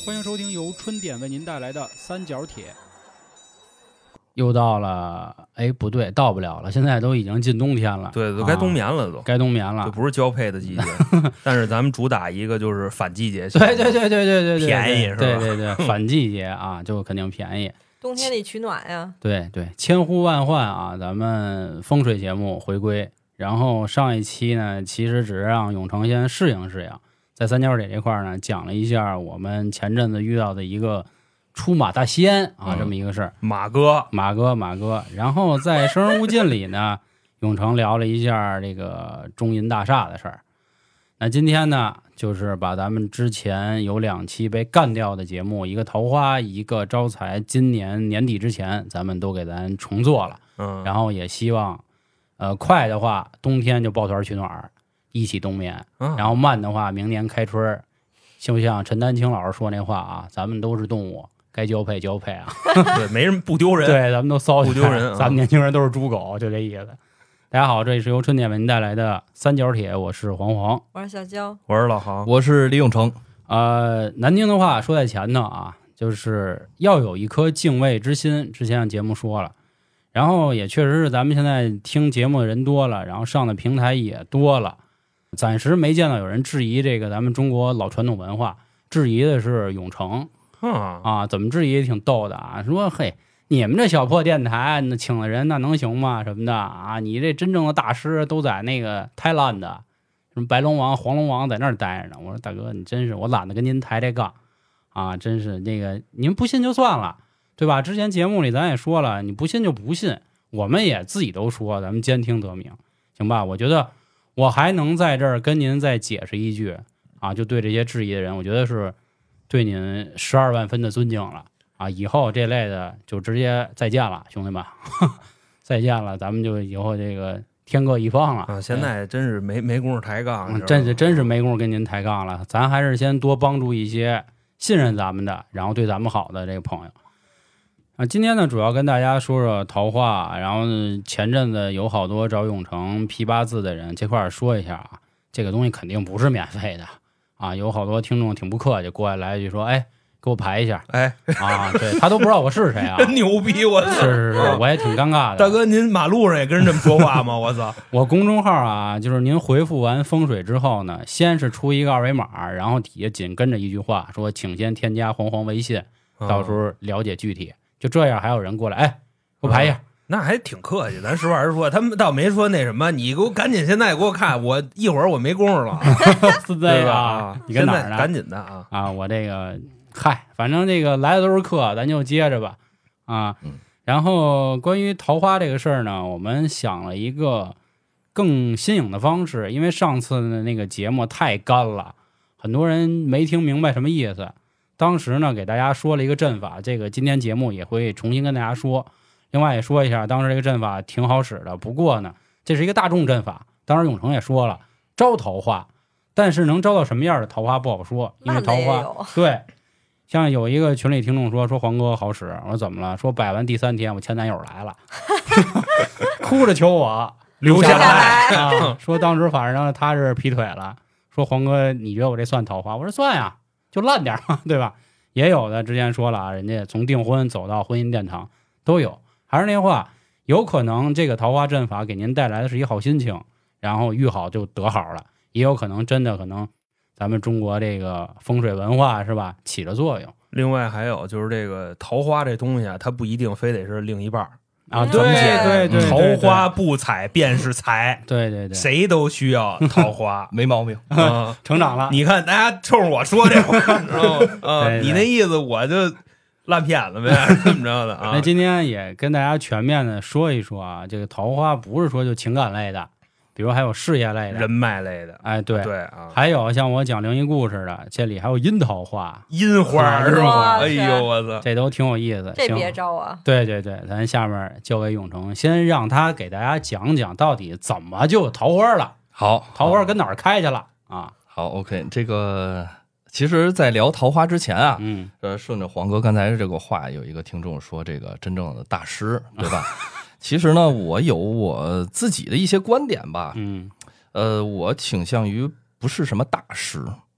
欢迎收听由春点为您带来的三角铁。 又到了，哎，不对，到不了了，现在都已经进冬天了， 对，都该冬眠了， 该冬眠了， 就不是交配的季节。但是咱们主打一个就是反季节， 对， 便宜是吧？ 对，反季节啊，就肯定便宜。 冬天里取暖呀， 对，千呼万唤啊，咱们风水节目回归。然后上一期呢，其实只是让永成先适应适应，在三角铁这块呢，讲了一下我们前阵子遇到的一个出马大仙啊，这么一个事儿。 马哥。 然后在生人勿近里呢，永成聊了一下这个中银大厦的事儿。那今天呢，就是把咱们之前有2期被干掉的节目，一个桃花，一个招财，今年年底之前咱们都给咱重做了。然后也希望快的话冬天就抱团取暖，一起冬眠。然后慢的话明年开春，就像陈丹青老师说那话啊，咱们都是动物，该交配交配啊。 对，没人不丢人。 对，咱们都骚不丢人， 咱们年轻人都是猪狗，就这意思。大家好，这里是由春点为您带来的三角铁，我是黄黄， 我是小娇， 我是老航， 我是李永成。 难听的话说在前头啊，就是要有一颗敬畏之心。之前节目说了，然后也确实是咱们现在听节目的人多了，然后上的平台也多了，暂时没见到有人质疑这个咱们中国老传统文化，质疑的是永成啊，怎么质疑挺逗的啊，说嘿，你们这小破电台那请的人那能行吗什么的啊，你这真正的大师都在那个泰兰的什么白龙王黄龙王在那儿待着呢。我说大哥，你真是，我懒得跟您抬这杠啊，真是那个您不信就算了，对吧？之前节目里咱也说了，你不信就不信，我们也自己都说咱们兼听则明，行吧？我觉得我还能在这儿跟您再解释一句啊，就对这些质疑的人，我觉得是对您12万分的尊敬了啊！以后这类的就直接再见了，兄弟们，再见了，咱们就以后这个天各一方了啊！现在真是没工夫抬杠， 真是没工夫跟您抬杠了。咱还是先多帮助一些信任咱们的，然后对咱们好的这个朋友啊。今天呢，主要跟大家说说桃花，然后前阵子有好多找永成批八字的人，这块说一下啊，这个东西肯定不是免费的啊。有好多听众挺不客气，过来来一句说，哎，给我排一下， 哎啊，对他都不知道我是谁啊， 真牛逼！我是，我也挺尴尬的。 大哥，您马路上也跟人这么说话吗？我操！ 我公众号啊，就是您回复完风水之后呢，先是出一个2维码，然后底下紧跟着一句话说，请先添加黄黄微信，到时候了解具体。就这样，还有人过来，哎，给我排一下。 那还挺客气，咱实话实说，他们倒没说那什么，你给我赶紧现在给我看，我一会儿我没工夫了， 是这个啊？你跟哪儿呢？ 赶紧的啊！ 啊，我这个嗨，反正这个来的都是客，咱就接着吧啊。然后关于桃花这个事儿呢，我们想了一个更新颖的方式，因为上次的那个节目太干了，很多人没听明白什么意思。当时呢，给大家说了一个阵法，这个今天节目也会重新跟大家说。另外也说一下，当时这个阵法挺好使的，不过呢，这是一个大众阵法。当时永成也说了，招桃花，但是能招到什么样的桃花不好说，因为桃花对，像有一个群里听众说黄哥好使，我说怎么了？说摆完第3天，我前男友来了，哭着求我留下来啊，说当时反正他是劈腿了，说黄哥你觉得我这算桃花？我说算呀，就烂点嘛，对吧？也有的之前说了啊，人家从订婚走到婚姻殿堂都有。还是那话，有可能这个桃花阵法给您带来的是一好心情，然后遇好就得好了，也有可能真的可能咱们中国这个风水文化是吧起了作用。 另外还有就是这个桃花这东西啊，它不一定非得是另一半啊，对， 桃花不采便是财， 对， 谁都需要桃花， 没毛病啊， 成长了。 你看大家冲着我说这话，你知道吗？啊，你那意思我就烂骗子呗，怎么着的啊？ 那今天也跟大家全面的说一说啊，这个桃花不是说就情感类的，比如还有事业类的、 人脉类的， 哎，对啊， 还有像我讲灵异故事的，这里还有阴桃花、 阴花是吧？哎呦我操， 这都挺有意思。 这别招啊！ 对，咱下面交给永成，先让他给大家讲讲到底怎么就桃花了。 好， 桃花跟哪儿开去了啊？ 好 ，OK， 这个。其实，在聊桃花之前啊，顺着黄哥刚才这个话，有一个听众说，这个真正的大师，对吧？其实呢，我有我自己的一些观点吧，我倾向于不是什么大师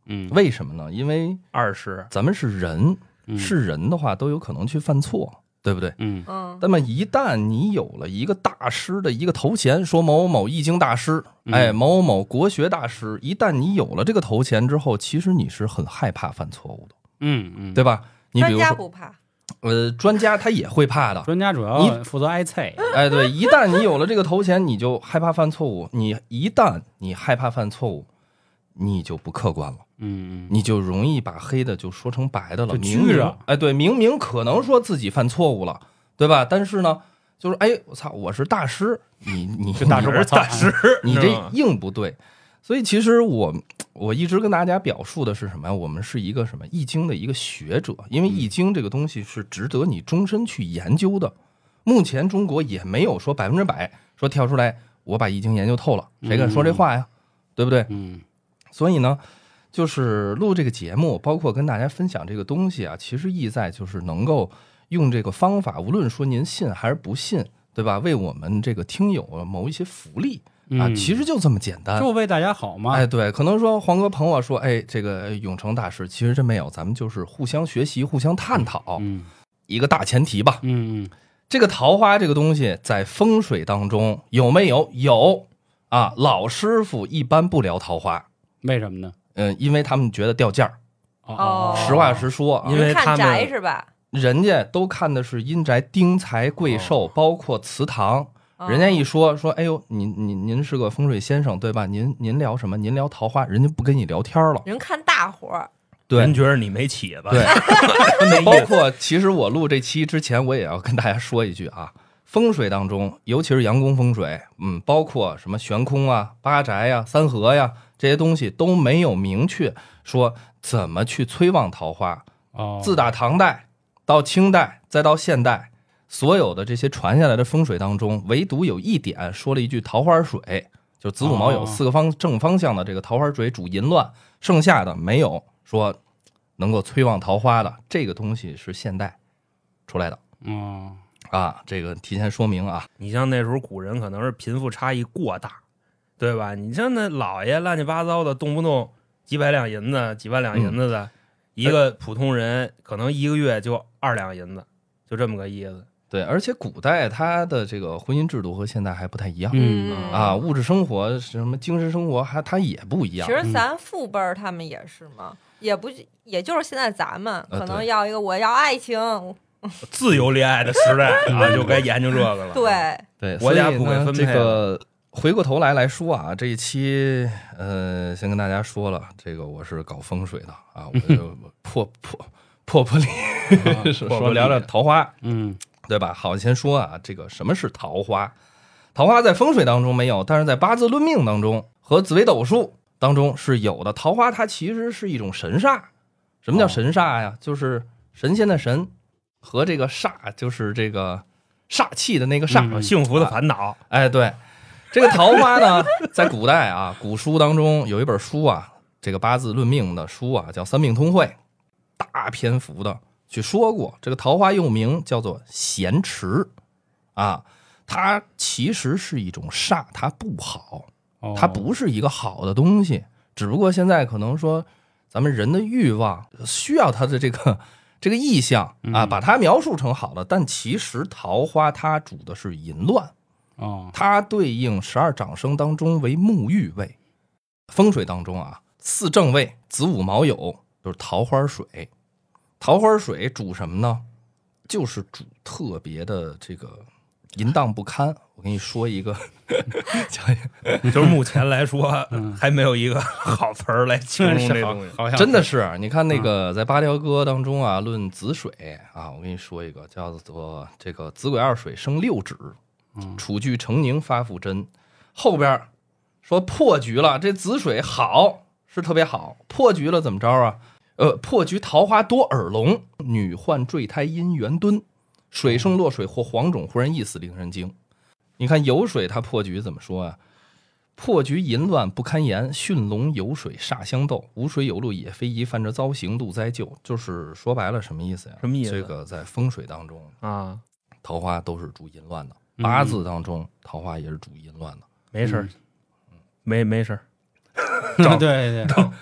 为什么呢？因为咱们是人，是人的话都有可能去犯错，对不对？那么一旦你有了一个大师的一个头衔，说某某易经大师，某某国学大师，一旦你有了这个头衔之后，其实你是很害怕犯错误的，对吧？你比如说专家不怕。 专家他也会怕的， 专家主要负责挨菜。 对，一旦你有了这个头衔，你就害怕犯错误。一旦你害怕犯错误，你就不客观了，你就容易把黑的就说成白的了。明明可能说自己犯错误了，对吧？但是呢，就是我操，我是大师，你是大师， 你这硬不对。所以其实我一直跟大家表述的是什么呀？我们是一个什么易经的一个学者，因为易经这个东西是值得你终身去研究的。目前中国也没有说100%说跳出来我把易经研究透了，谁敢说这话呀？对不对？所以呢，就是录这个节目，包括跟大家分享这个东西啊，其实意在就是能够用这个方法，无论说您信还是不信，对吧？为我们这个听友谋一些福利。其实就这么简单， 就为大家好嘛。 对，可能说黄哥捧我说，这个永成大师，其实真没有，咱们就是互相学习，互相探讨，一个大前提吧。这个桃花这个东西在风水当中有没有？有啊，老师傅一般不聊桃花， 为什么呢？ 因为他们觉得掉价儿。实话实说， 因为他们看宅是吧？ 人家都看的是阴宅、丁财、贵寿，包括祠堂。人家一说，哎呦，您是个风水先生对吧？您聊什么？您聊桃花，人家不跟你聊天了。 人看大伙， 对， 人觉得你没起子。 对，包括其实我录这期之前，我也要跟大家说一句啊，风水当中，尤其是阳宫风水，包括什么悬空啊、八宅呀、三合呀这些东西都没有明确说怎么去催旺桃花。自打唐代到清代再到现代。所有的这些传下来的风水当中，唯独有一点说了一句桃花水，就子午卯酉4个正方向的这个桃花水主淫乱，剩下的没有说能够催旺桃花的。这个东西是现代出来的。这个提前说明啊。 你像那时候古人可能是贫富差异过大，对吧？你像那老爷乱七八糟的，动不动几百两银子、几万两银子的，一个普通人可能一个月就2两银子，就这么个意思。 对，而且古代它的这个婚姻制度和现在还不太一样，物质生活什么精神生活它也不一样。 其实咱父辈他们也是嘛，也就是现在咱们可能要一个我要爱情， 自由恋爱的时代就该研究这个了。 对， 国家不给分配。 这个回过头来说啊，这一期先跟大家说了，这个我是搞风水的啊，我就破例说聊聊桃花，对吧？好，先说啊，这个什么是桃花？桃花在风水当中没有，但是在八字论命当中和紫微斗数当中是有的。桃花它其实是一种神煞。什么叫神煞呀？就是神仙的神和这个煞，就是这个煞气的那个煞， 幸福的烦恼。 对，这个桃花呢，在古代啊，古书当中有一本书啊，这个八字论命的书啊，叫《三命通会》，大篇幅的。去说过，这个桃花又名叫做咸池它其实是一种煞，它不好，它不是一个好的东西，只不过现在可能说咱们人的欲望需要它的这个意象把它描述成好的，但其实桃花它主的是淫乱它对应12长生当中为沐浴位。风水当中4正位子午卯酉就是桃花水。桃花水主什么呢？就是主特别的这个淫荡不堪。我跟你说一个， 就是目前来说还没有一个好词儿来形容这东西。 真的是，你看那个在八条歌当中论子水我跟你说一个叫做这个子癸二水生6指，楚具成宁发复真。后边说破局了，这子水好是特别好，破局了怎么着破局桃花多耳聋，女患坠胎因缘敦，水生落水或黄种，忽然缢死令人惊。你看酉水它破局怎么说破局淫乱不堪言，驯龙酉水煞相斗，无水有路也非宜，犯着遭刑度灾咎。就是说白了什么意思呀？ 什么意思？ 这个在风水当中桃花都是主淫乱的，八字当中桃花也是主淫乱的。 没事没事对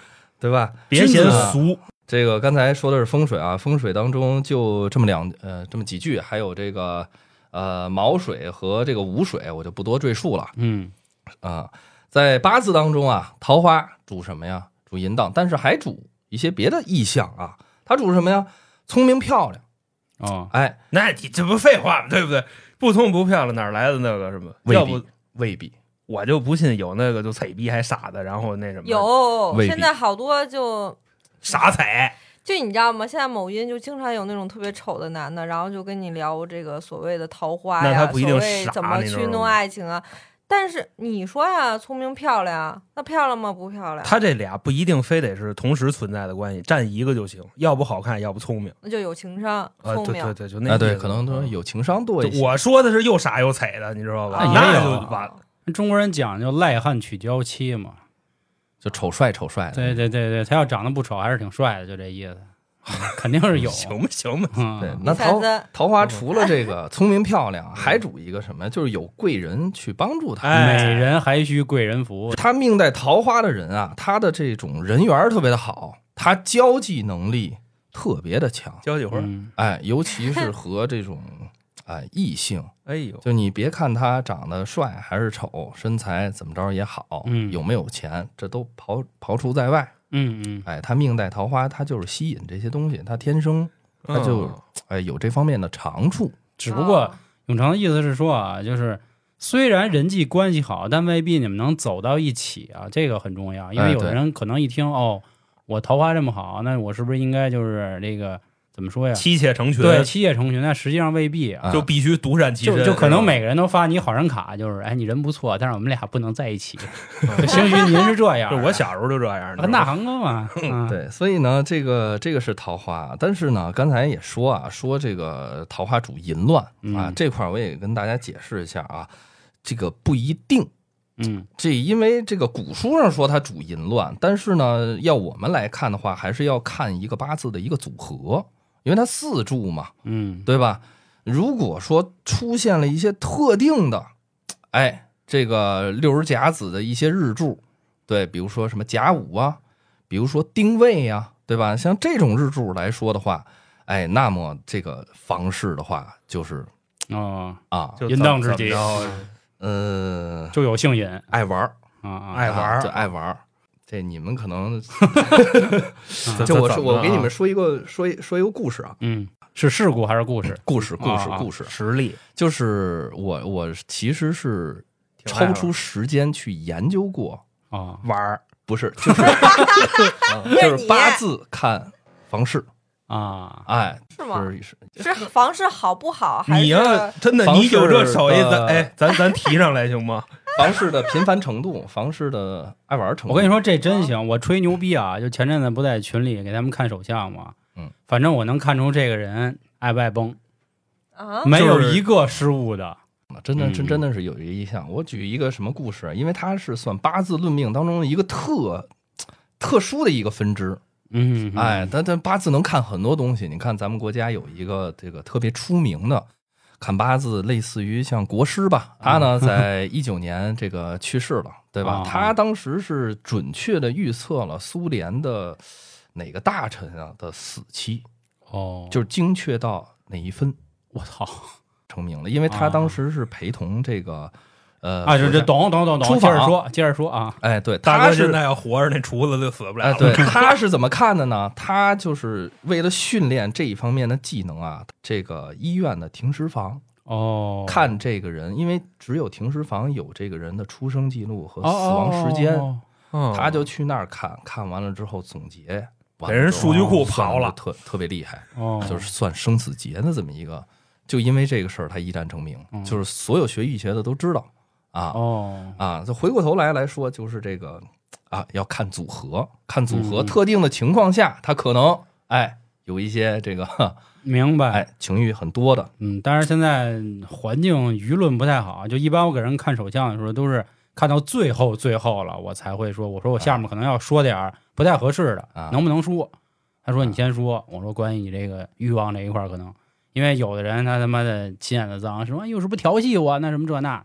对吧？ 别嫌君子啊俗。 这个刚才说的是风水啊，风水当中就这么这么几句，还有这个卯水和这个午水，我就不多赘述了。在八字当中啊，桃花主什么呀？主淫荡，但是还主一些别的意象啊。它主什么呀？聪明漂亮。哎， 那你这不废话吗？对不对？不聪不漂亮哪来的那个什么？要不未必， 我就不信有那个就彩逼还傻的，然后那什么有， 未必现在好多就傻彩。 就你知道吗？现在某音就经常有那种特别丑的男的，然后就跟你聊这个所谓的桃花呀， 那他不一定所谓傻怎么去弄爱情啊。但是你说呀，聪明漂亮，那漂亮吗？不漂亮。 他这俩不一定非得是同时存在的关系，占一个就行，要不好看，要不聪明。 那就有情商，聪明。 对，就那对，可能都有情商多一些。 我说的是又傻又彩的，你知道吧？ 那就完了。 中国人讲究赖汉娶娇妻嘛， 就丑帅的。 对，他要长得不丑，还是挺帅的，就这意思。肯定是有， 行吧。 对，那桃花除了这个聪明漂亮，还主一个什么？就是有贵人去帮助他。 美人还需贵人扶。 他命带桃花的人啊，他的这种人缘特别的好，他交际能力特别的强， 交际花。 尤其是和这种异性。 哎呦， 就你别看他长得帅还是丑，身材怎么着也好，有没有钱，这都刨除在外。他命带桃花，他就是吸引这些东西，他天生他就有这方面的长处。 只不过永成的意思是说啊，就是虽然人际关系好，但未必你们能走到一起啊，这个很重要。因为有的人可能一听我桃花这么好，那我是不是应该就是这个怎么说呀？ 妻妾成群。 对，妻妾成群，那实际上未必啊， 就必须独善其身。 就可能每个人都发你好人卡，就是你人不错，但是我们俩不能在一起。兴许您是这样， 我小时候就这样。 那行了嘛。 对，所以呢，这个是桃花，但是呢，刚才也说这个桃花主淫乱啊，这块我也跟大家解释一下啊，这个不一定。这因为这个古书上说它主淫乱，但是呢，要我们来看的话，还是要看一个八字的一个组合。因为它四柱嘛，对吧？如果说出现了一些特定的，这个60甲子的一些日柱，对，比如说什么甲午啊，比如说丁未啊，对吧？像这种日柱来说的话，那么这个房事的话，就是淫荡之极，就有性瘾， 爱玩爱玩。这你们可能就我给你们说一个故事啊， 是事故还是故事？ 故事， 实例。 就是我其实是抽出时间去研究过玩， 不是，就是就是八字看房事是吗？ 是房事好不好？还是你要真的你有这手艺，咱提上来行吗？ 房事的频繁程度，房事的爱玩程度。 我跟你说，这真行！我吹牛逼啊！就前阵子不在群里给他们看手相吗？反正我能看出这个人爱不爱崩没有一个失误的。 真的是有一项。我举一个什么故事？因为它是算八字论命当中的一个特殊的一个分支。但八字能看很多东西。你看咱们国家有一个这个特别出名的看八字，类似于像国师吧，他呢在19年这个去世了，对吧？他当时是准确的预测了苏联的哪个大臣的死期，就是精确到哪一分， 我操， 成名了。因为他当时是陪同这个这懂，接着说啊！ 对， 大哥现在要活着，那厨子就死不了。 对，他是怎么看的呢？他就是为了训练这一方面的技能啊，这个医院的停尸房看这个人，因为只有停尸房有这个人的出生记录和死亡时间，他就去那儿看完了之后总结， 给人数据库刨了， 特别厉害，就是算生死劫的这么一个。就因为这个事儿，他一战成名，就是所有学医学的都知道。就回过头来说，就是这个要看组合，特定的情况下，他可能有一些这个明白情绪很多的， 但是现在环境舆论不太好，就一般我给人看手相的时候，都是看到最后了，我才会说，我说我下面可能要说点不太合适的，能不能说？他说你先说，我说关于你这个欲望这一块可能，因为有的人他妈的心眼子脏，说又是不调戏我，那什么这那。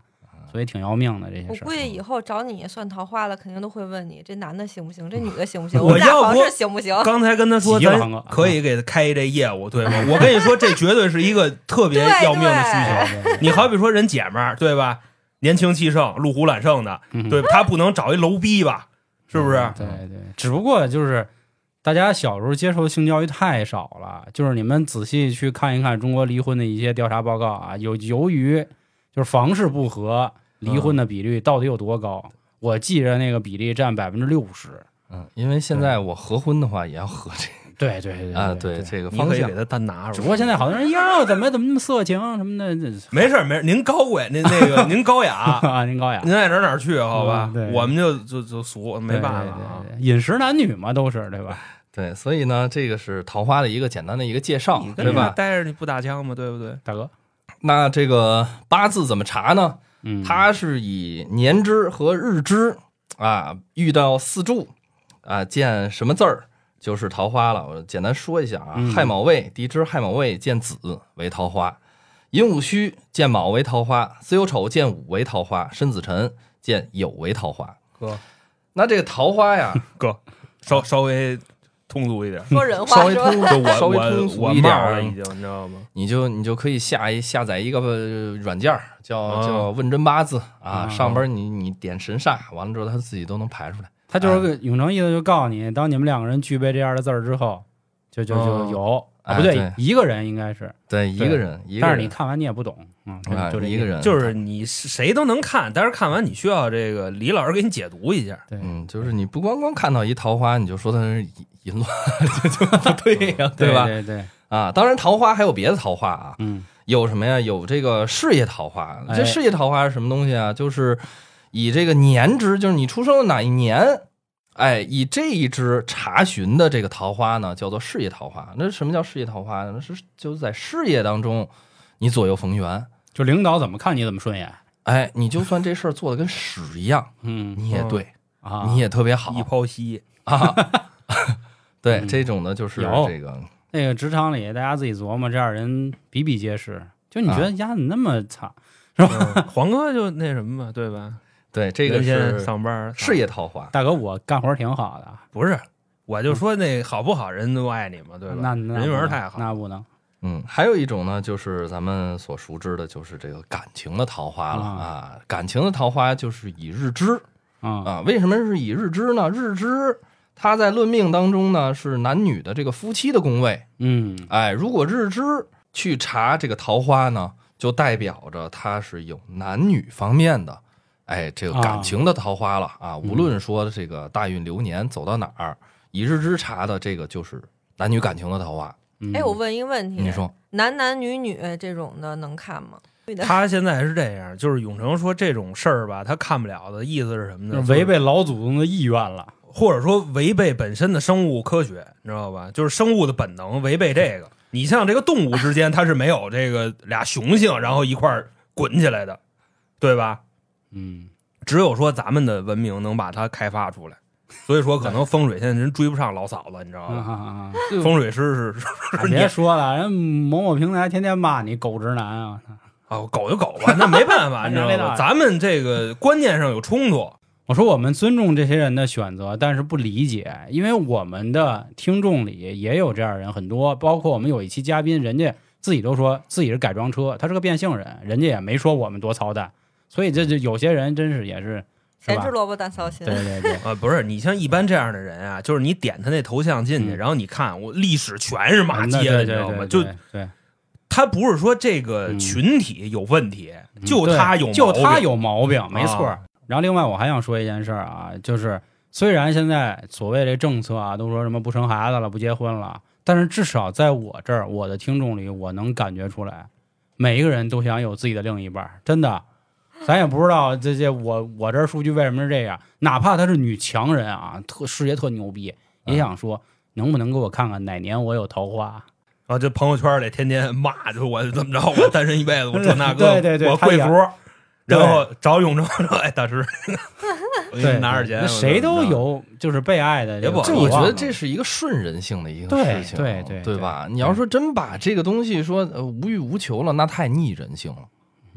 所以挺要命的这些事儿。 我估计以后找你算桃花了，肯定都会问你这男的行不行，这女的行不行， 我们俩要不房事行不行？ 刚才跟他说，咱可以给他开这业务，对吗？我跟你说，这绝对是一个特别要命的需求。你好比说人姐们儿，对吧？年轻气盛、路虎揽胜的，对吧？他不能找一楼逼吧？是不是？ 对对，只不过就是大家小时候接受的性教育太少了，就是你们仔细去看一看中国离婚的一些调查报告啊，由于就是房事不和，离婚的比率到底有多高？我记着那个比例占60%。 因为现在我合婚的话也要合这个。 对对对啊，对这个方向你可以给他单拿出来。 只不过现在好多人哟，怎么那么色情什么的， 没事没事，您高贵，那个您高雅啊，您高雅， 您爱哪去好吧？ 对， 我们就俗，没办法啊。 饮食男女嘛，都是对吧？ 对，所以呢，这个是桃花的一个简单的一个介绍，对吧？ 待着你不打枪吗？对不对， 大哥？ 那这个八字怎么查呢？它是以年支和日支啊，遇到四柱啊，见什么字儿就是桃花了。我简单说一下啊，亥卯未，地支亥卯未见子为桃花，寅午戌见卯为桃花，巳酉丑见午为桃花，申子辰见酉为桃花。 哥， 那这个桃花呀， 哥，稍微通俗一点， 说人话， 稍微通俗一点了，已经你知道吗？ 你就可以下载一个软件叫问真八字啊，上边你点神煞，完了之后他自己都能排出来。 他就是永成意思就告诉你，当你们两个人具备这样的字儿之后，就有不对，一个人应该是对一个人， 但是你看完你也不懂，就一个人， 就是你谁都能看，但是看完你需要这个李老师给你解读一下。 对， 就是你不光看到一桃花，你就说它是淫乱，就不对呀，对吧？ 对啊，当然桃花还有别的桃花啊，有什么呀？有这个事业桃花，这事业桃花是什么东西啊？就是以这个年支，就是你出生的哪一年，以这一支查询的这个桃花呢，叫做事业桃花。那什么叫事业桃花呢？那是就是在事业当中，你左右逢源， 就领导怎么看你怎么顺眼。 你就算这事儿做的跟屎一样，你也对啊， 你也特别好， 一抛稀啊。对，这种的就是这个那个职场里，大家自己琢磨，这样人比比皆是。就你觉得丫怎么那么惨，是吧？ 黄哥就那什么嘛，对吧？ 对，这个是上班事业桃花。 大哥，我干活挺好的。 不是，我就说那好不好，人都爱你嘛，对吧？ 那人缘太好， 那不能。 还有一种呢，就是咱们所熟知的，就是这个感情的桃花了啊。感情的桃花就是以日支啊。为什么是以日支呢？日支它在论命当中呢，是男女的这个夫妻的宫位。如果日支去查这个桃花呢，就代表着它是有男女方面的，这个感情的桃花了啊。无论说这个大运流年走到哪儿，以日支查的这个就是男女感情的桃花。 我问一个问题， 你说男女这种的能看吗？ 他现在是这样，就是永成说这种事儿吧，他看不了的意思是什么呢？ 违背老祖宗的意愿了， 或者说违背本身的生物科学，你知道吧？就是生物的本能违背这个。你像这个动物之间，它是没有这个俩雄性然后一块滚起来的，对吧？只有说咱们的文明能把它开发出来。所以说，可能风水现在人追不上老嫂子，你知道吧？风水师是别说了，人某某平台天天骂你狗直男啊！ 狗就狗吧，那没办法，你知道吧？咱们这个观念上有冲突。 我说我们尊重这些人的选择，但是不理解，因为我们的听众里也有这样的人很多，包括我们有一期嘉宾，人家自己都说自己是改装车，他是个变性人，人家也没说我们多操蛋，所以这就有些人真是也是。 咸吃萝卜淡操心。 对不是你像一般这样的人啊，就是你点他那头像进去，然后你看我历史全是骂街的，你知道吗？就对， 他不是说这个群体有问题，就他有毛病，没错。然后另外我还想说一件事啊，就是虽然现在所谓这政策啊都说什么不生孩子了、不结婚了，但是至少在我这儿，我的听众里，我能感觉出来，每一个人都想有自己的另一半，真的。咱也不知道这我这数据为什么是这样，哪怕她是女强人啊，事业特牛逼，也想说能不能给我看看哪年我有桃花啊？这朋友圈里天天骂，就我怎么着，我单身一辈子，我这那个， 对， 我贵族，然后找永正说，大师，我给你拿点钱。 谁都有就是被爱的， 这我觉得这是一个顺人性的一个事情， 对吧？你要说真把这个东西说无欲无求了，那太逆人性了。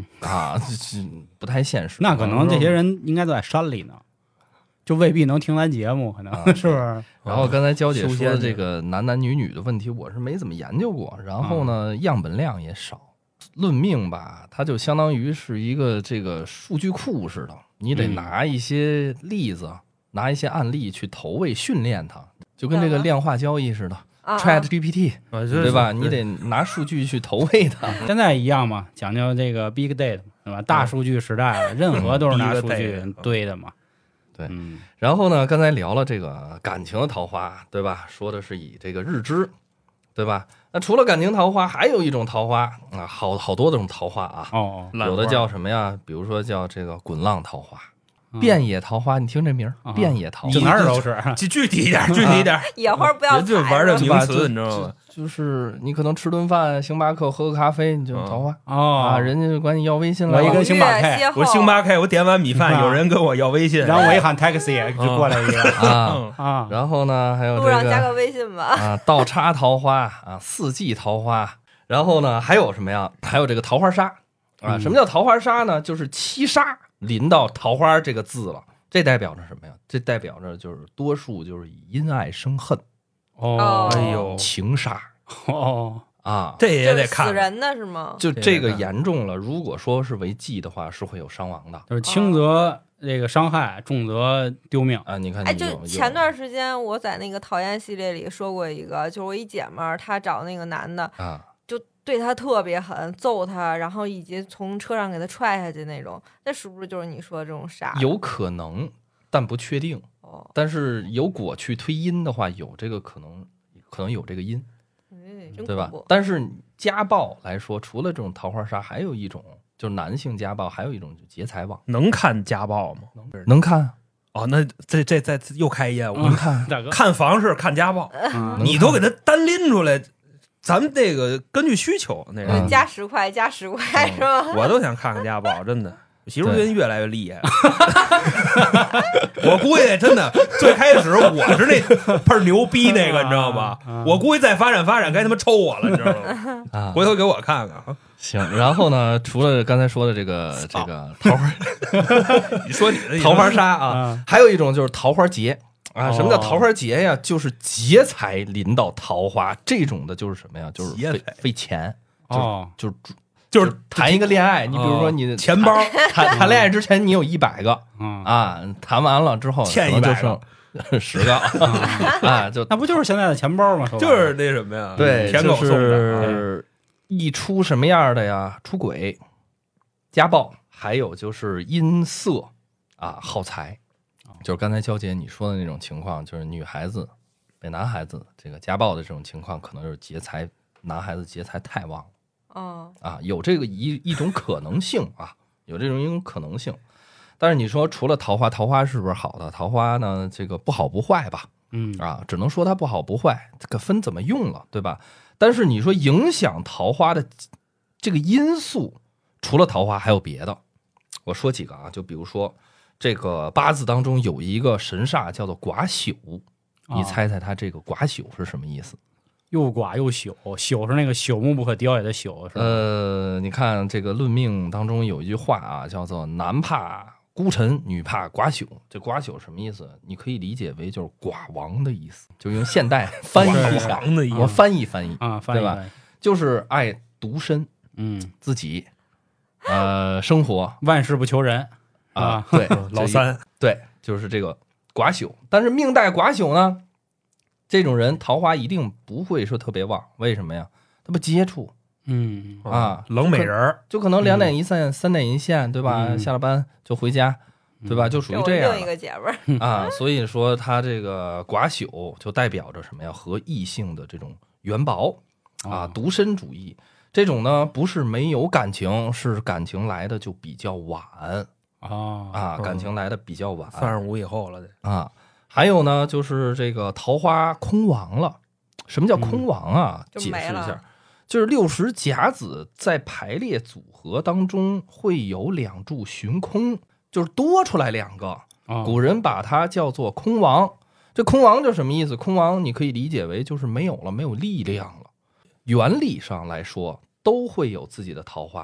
啊，这不太现实。 那可能这些人应该都在山里呢，就未必能听咱节目，可能是不是？ 然后刚才娇姐修仙说的这个男男女女的问题，我是没怎么研究过。然后呢，样本量也少。论命吧，它就相当于是一个这个数据库似的，你得拿一些例子，拿一些案例去投喂训练它，就跟这个量化交易似的。Chat GPT，对吧？你得拿数据去投喂它。 现在一样嘛，讲究这个 big data， 对吧？大数据时代了，任何都是拿数据堆的嘛。 对，然后呢，刚才聊了这个感情的桃花，对吧？说的是以这个日支，对吧？那除了感情桃花，还有一种桃花啊，好多种桃花啊。有的叫什么呀？比如说叫这个滚浪桃花。遍野桃花，你听这名儿，遍野桃花， 哪儿都是。 具体一点，具体一点。 野花不要就玩这名词，你知道吗？ 就是你可能吃顿饭，星巴克喝个咖啡，你就桃花啊， 人家就管你要微信了。 我一跟星巴克， 我星巴克，我点碗米饭，有人跟我要微信， 然后我一喊 taxi 就过来一个啊。然后呢，还有路上加个微信吧。 啊，倒插桃花啊，四季桃花。然后呢，还有什么呀？还有这个桃花沙啊。什么叫桃花沙呢？就是七杀临到桃花这个字了，这代表着什么呀？这代表着就是多数就是以因爱生恨。 哎呦， 情杀啊， 这也得看死人的是吗？ 就这个严重了，如果说是为忌的话，是会有伤亡的， 就是轻则这个伤害，重则丢命啊！你看， 哎，就前段时间我在那个讨厌系列里说过一个，就是我一姐们儿，她找那个男的啊， 就对他特别狠，揍他，然后以及从车上给他踹下去那种，那是不是就是你说的这种杀？ 有可能，但不确定。但是有果去推因的话，有这个可能有这个因，对吧？但是家暴来说，除了这种桃花杀，还有一种就是男性家暴，还有一种就劫财旺。 能看家暴吗？ 能看。 哦，那这又开业务， 能看。 看房是看家暴，你都给他单拎出来。咱们这个根据需求，那个加10块，加10块是吧？ 我都想看看家暴，真的。媳妇最近越来越厉害，我估计真的最开始我是那倍儿牛逼那个，你知道吗？我估计再发展，该他妈抽我了，你知道吗？啊，回头给我看看。 行，然后呢，除了刚才说的这个桃花， 你说你的桃花杀啊，还有一种就是桃花劫啊。什么叫桃花劫呀？就是劫财临到桃花，这种的就是什么呀？就是费钱，就是谈一个恋爱，你比如说你钱包谈恋爱之前你有100个啊，谈完了之后欠100 就剩10个啊，就那不就是现在的钱包吗？ 就是那什么呀？ 对， 舔狗送的。一出什么样的呀？出轨、家暴，还有就是阴色啊，耗财，就是刚才娇姐你说的那种情况，就是女孩子被男孩子这个家暴的这种情况，可能就是劫财，男孩子劫财太旺了。有这个一种可能性啊，有这种一种可能性。但是你说除了桃花，桃花是不是好的？桃花呢，这个不好不坏吧？只能说它不好不坏，这个分怎么用了，对吧？但是你说影响桃花的这个因素，除了桃花还有别的。我说几个啊，就比如说这个八字当中有一个神煞叫做寡宿，你猜猜它这个寡宿是什么意思？ 又寡又朽，朽是那个朽木不可雕也的朽，是吧？ 你看这个论命当中有一句话啊，叫做男怕孤臣，女怕寡宿。这寡宿什么意思？你可以理解为就是寡王的意思，就用现代翻译一下，我翻译啊， 对吧？就是爱独身，自己生活， 万事不求人啊，对， 老三， 对，就是这个寡宿。但是命带寡宿呢？这种人桃花一定不会说特别旺，为什么呀？他不接触， 冷美人就可能2点一线，3点一线，对吧？下了班就回家，对吧？就属于这样。 另一个姐们儿啊，所以说他这个寡宿就代表着什么呀？和异性的这种缘薄啊，独身主义这种呢，不是没有感情，是感情来的就比较晚感情来的比较晚 ，35以后了得啊。还有呢，就是这个桃花空亡了。什么叫空亡啊？解释一下，就是60甲子在排列组合当中会有2柱寻空，就是多出来2个。古人把它叫做空亡。这空亡就什么意思？空亡你可以理解为就是没有了，没有力量了。原理上来说都会有自己的桃花，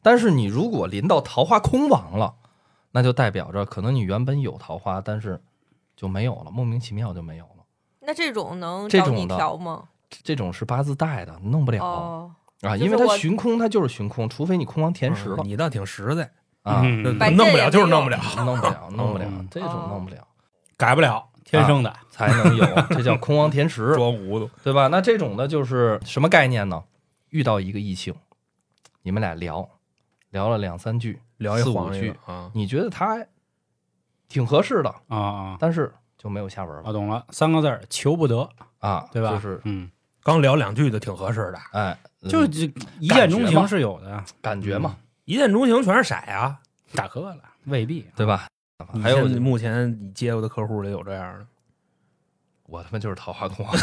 但是你如果临到桃花空亡了，那就代表着可能你原本有桃花，但是就没有了，莫名其妙就没有了。 那这种能这找你种的调吗？ 这种是八字带的，弄不了、 哦， 啊， 就是因为它我寻空，它就是寻空，除非你空亡填实了、 你倒挺实在， 啊， 嗯摆弄不了件也没用就是弄不了， 弄不了，弄不了， 嗯这种弄不了， 改不了，天生的。 才能有，这叫空亡填实， 装糊涂。 对吧？那这种的就是什么概念呢？遇到一个异性，你们俩聊了2、3句， 聊一 4、5 黄句， 啊， 你觉得他挺合适的， 啊， 但是就没有下文了我懂了，3个字儿求不得， 啊， 对吧？ 就是刚聊2句就挺合适的， 哎， 就这一见钟情是有的， 感觉嘛， 一见钟情全是色啊。 大哥了，未必。 对吧？还有你目前你接过的客户里有这样的？ 我他妈就是桃花空，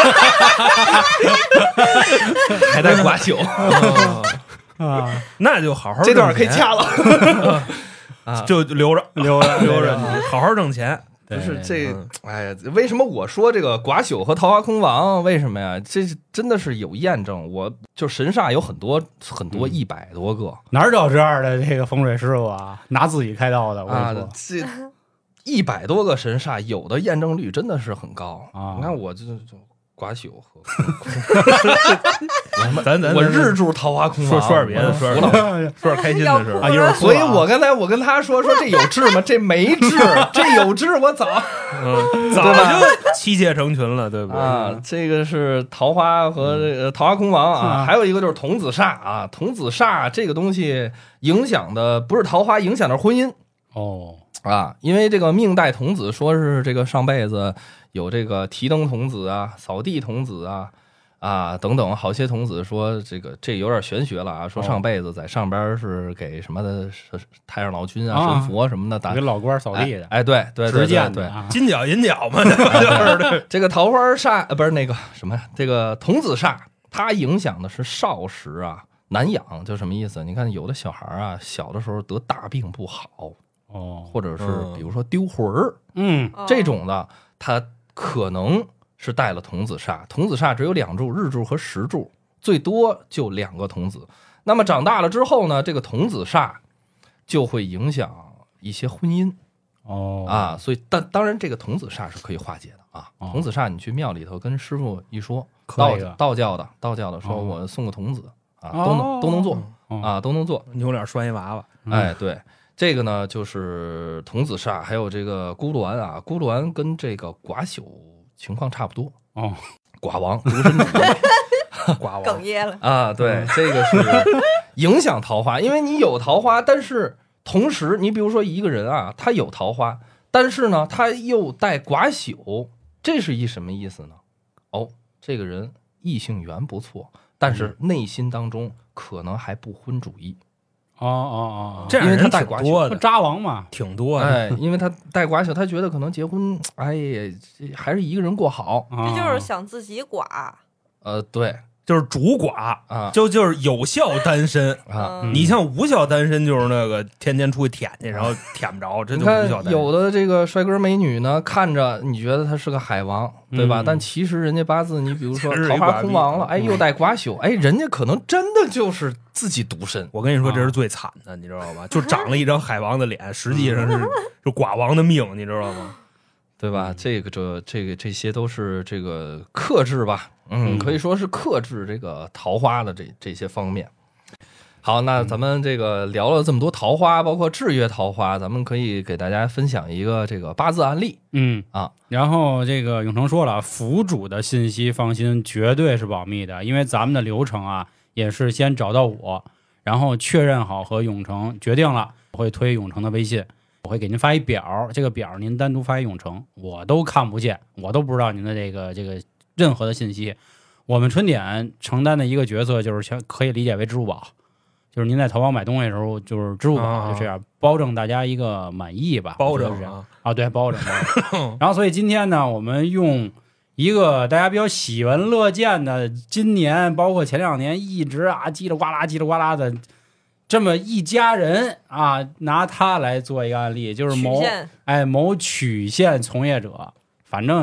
还带刮酒， 啊， 那就好好这段可以挣钱掐了。啊， 就留着溜着留着，你好好挣钱。 不是这嗯， 哎呀，为什么我说这个寡宿和桃花空亡？为什么呀？这真的是有验证。我就神煞有很多100多个哪儿找这样的这个风水师傅啊？拿自己开刀的，我跟啊你说， 这100多个神煞，有的验证率真的是很高啊你看我就寡宿和咱我日柱桃花空亡， 说点别的，说点别的说点开心的事啊，一会儿所以我刚才我跟他说这有治吗？这没治，这有治我早早就妻妾成群了，对不对？ 啊，这个是桃花和这个桃花空亡啊，还有一个就是童子煞啊，童子煞这个东西影响的不是桃花，影响的是婚姻哦， 啊，因为这个命带童子，说是这个上辈子有这个提灯童子啊、扫地童子啊等等好些童子，说这有点玄学了啊，说上辈子在上边是给什么的太上老君啊、神佛什么的打给老官扫地的， 哎，对对对执剑对的啊， 金角银角嘛，就是这个桃花煞不是那个什么，这个童子煞，它影响的是少时啊难养，就什么意思？你看有的小孩啊，小的时候得大病不好， 哦， 或者是比如说丢魂儿哦这种的，他可能是带了童子煞。童子煞只有2柱，日柱和时柱，最多就2个童子。那么长大了之后呢，这个童子煞就会影响一些婚姻。 哦啊，所以当然这个童子煞是可以化解的啊。 哦童子煞你去庙里头跟师傅一说， 可以的道教的说哦我送个童子啊， 哦都能做哦啊，都能做。 扭脸拴一娃娃， 哎，对，这个呢就是童子煞，还有这个孤鸾啊，孤鸾跟这个寡宿情况差不多。 哦， 寡王独身主义寡王哽咽了。 啊，对，这个是影响桃花，因为你有桃花，但是同时你比如说一个人啊，他有桃花，但是呢他又带寡宿，这是一什么意思呢？哦，这个人异性缘不错，但是内心当中可能还不婚主义。 哦， 这样人挺因为他带寡不多的， 渣王嘛， 挺多的。 哎，因为他带寡宿，他觉得可能结婚，哎呀，还是一个人过好。 这这就是想自己寡。 对就是主寡啊就是有效单身。 啊， 嗯你像无效单身，就是那个天天出去舔去，然后舔不着，这你就无效看单身。 有的这个帅哥美女呢，看着你觉得他是个海王，对吧？ 嗯但其实人家八字，你比如说其实桃花一寡逼空亡了，哎，又带寡宿，哎，人家可能真的就是自己独身。 我跟你说，这是最惨的，你知道吧？就长了一张海王的脸，实际上是寡王的命，你知道吗？ 对吧？这些都是这个克制吧，可以说是克制这个桃花的这些方面。好，那咱们这个聊了这么多桃花，包括制约桃花，咱们可以给大家分享一个这个八字案例。 然后这个永成说了，府主的信息放心，绝对是保密的，因为咱们的流程啊，也是先找到我，然后确认好和永成决定了，我会推永成的微信。我会给您发一表，这个表您单独发给永成，我都看不见，我都不知道您的这个任何的信息。我们春点承担的一个角色就是可以理解为支付宝，就是您在淘宝买东西的时候，就是支付宝就这样，保证大家一个满意吧， 包拯啊，对，保证。然后所以今天呢，我们用一个大家比较喜闻乐见的，今年包括前2年一直叽里呱啦的。这么一家人啊，拿他来做一个案例，就是某曲线从业者，反正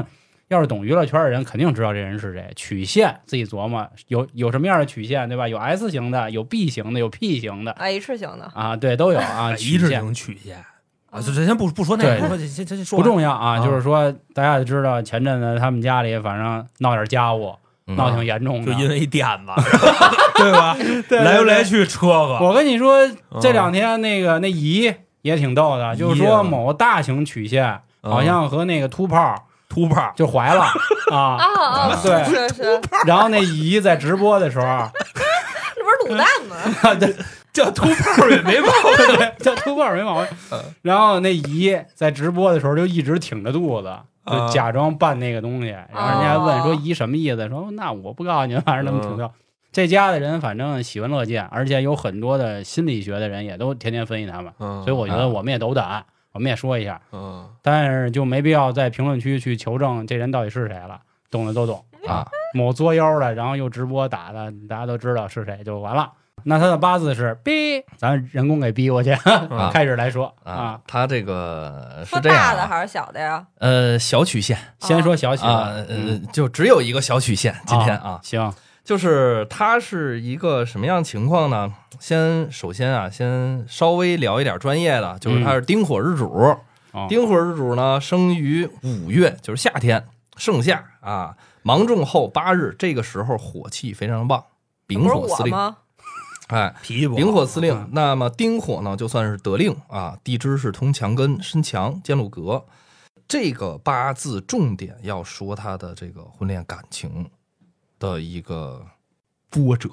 要是懂娱乐圈的人，肯定知道这人是谁。曲线自己琢磨，有什么样的曲线，对吧？有 S 型的，有 B 型的，有 P 型的 H 型的啊，对，都有啊。 一致型曲线啊，这先不说那个，先说不重要啊。就是说，大家也知道，前阵子他们家里反正闹点家务，闹挺严重的， 就因为垫子，对吧？ 对， 来来去车个。 我跟你说，这2天那姨也挺逗的，就是说某大型曲线好像和那个秃炮就怀了啊，对， 是。 然后那姨在直播的时候， 这不是卤蛋吗？ 对， 叫秃炮也没毛病， 对，叫秃炮没毛病。然后那姨在直播的时候就一直挺着肚子，就假装扮那个东西，然后人家问说姨什么意思，说那我不告诉你们，反正那么挺逗。这家的人反正喜闻乐见，而且有很多的心理学的人也都天天分析他们，所以我觉得我们也斗胆，我们也说一下，但是就没必要在评论区去求证这人到底是谁了，懂的都懂啊。某作妖的，然后又直播打的，大家都知道是谁就完了。那他的八字是逼，咱人工给逼过去。开始来说啊， 他这个是说这样， 大的还是小的呀？ 小曲线， 先说小曲就只有一个小曲线。今天行。 就是它是一个什么样情况呢？首先先稍微聊一点专业的，就是它是丁火日主。丁火日主呢，生于5月，就是夏天，盛夏啊，芒种后8日，这个时候火气非常旺，丙火司令。哎，丙火司令。那么丁火呢，就算是得令啊，地支是通强根、身强、坚禄格。这个八字重点要说他的这个婚恋感情的一个波折，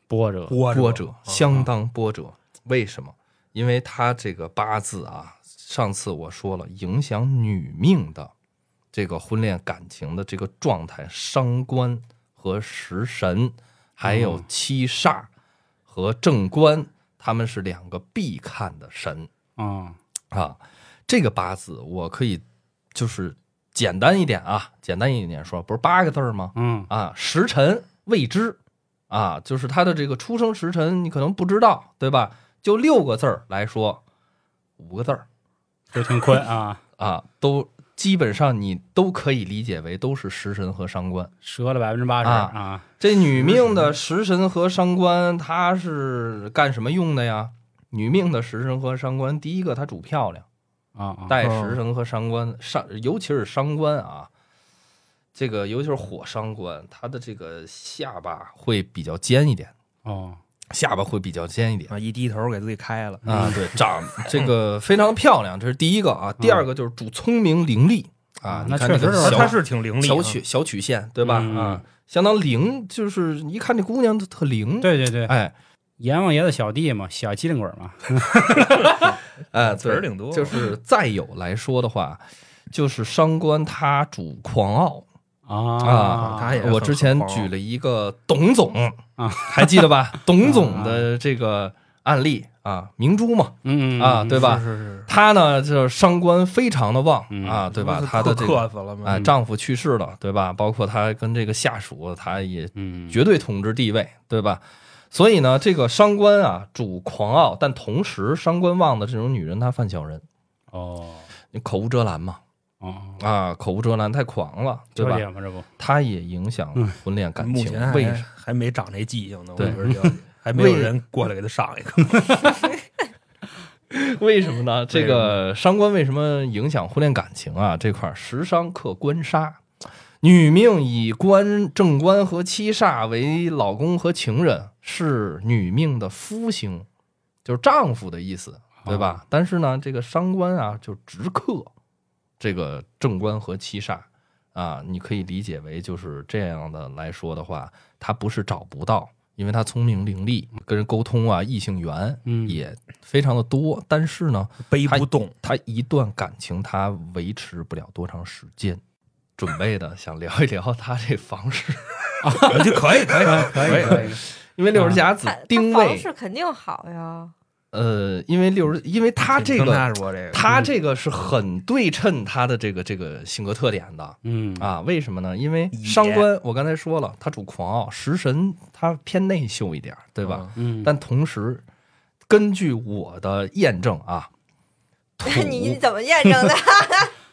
相当波折。为什么？因为他这个八字啊，上次我说了，影响女命的这个婚恋感情的这个状态，伤官和食神，还有七煞和正官，他们是2个必看的神这个八字我可以就是简单一点说，不是8个字吗？时辰未知啊，就是他的这个出生时辰你可能不知道，对吧？就6个字来说，5个字就挺困都基本上你都可以理解为都是食神和伤官， 折了80% 这女命的食神和伤官，它是干什么用的呀？女命的食神和伤官，第一个它主漂亮带食神和伤官，尤其是伤官啊，这个尤其是火伤官，它的这个下巴会比较尖一点下巴会比较尖一点一低头给自己开了对，长这个非常漂亮，这是第一个第二个就是主聪明伶俐那确实是， 他是挺伶俐， 小曲线对吧相当灵，就是一看这姑娘特灵， 对， 哎， 阎王爷的小弟嘛，小机灵鬼嘛， 词儿挺多。就是再有来说的话，就是伤官他主狂傲我之前举了一个董总还记得吧？董总的这个案例明珠嘛，对吧？ 是他呢，就是伤官非常的旺对吧？他的这个丈夫去世了，对吧？包括他跟这个下属，他也绝对统治地位，对吧？所以呢，这个伤官主狂傲，但同时伤官旺的这种女人，她犯小人你口无遮拦嘛。口无遮拦太狂了，对吧？它也影响婚恋感情。 目前为什么还没长这记性呢？ 对， 还没有人过来给他上一个。 为什么呢？这个伤官为什么影响婚恋感情这块食伤克官杀，女命以正官和七煞为老公和情人，是女命的夫星，就是丈夫的意思，对吧？但是呢，这个伤官就直克这个正官和七煞你可以理解为就是这样的来说的话，他不是找不到，因为他聪明伶俐，跟人沟通异性缘也非常的多，但是呢背不动， 他一段感情他维持不了多长时间。准备的想聊一聊他这房事就可以， 因为六十甲子丁位房事肯定好呀。 因为他这个他这个是很对称他的这个性格特点的，为什么呢？因为伤官我刚才说了，他主狂傲，食神他偏内秀一点，对吧？但同时根据我的验证你怎么验证的？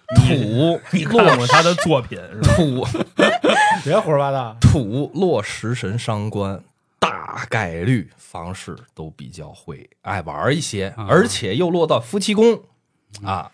你看过他的作品是吧？ 别胡说八道。 土落食神伤官，大概率房事都比较会爱玩一些，而且又落到夫妻宫啊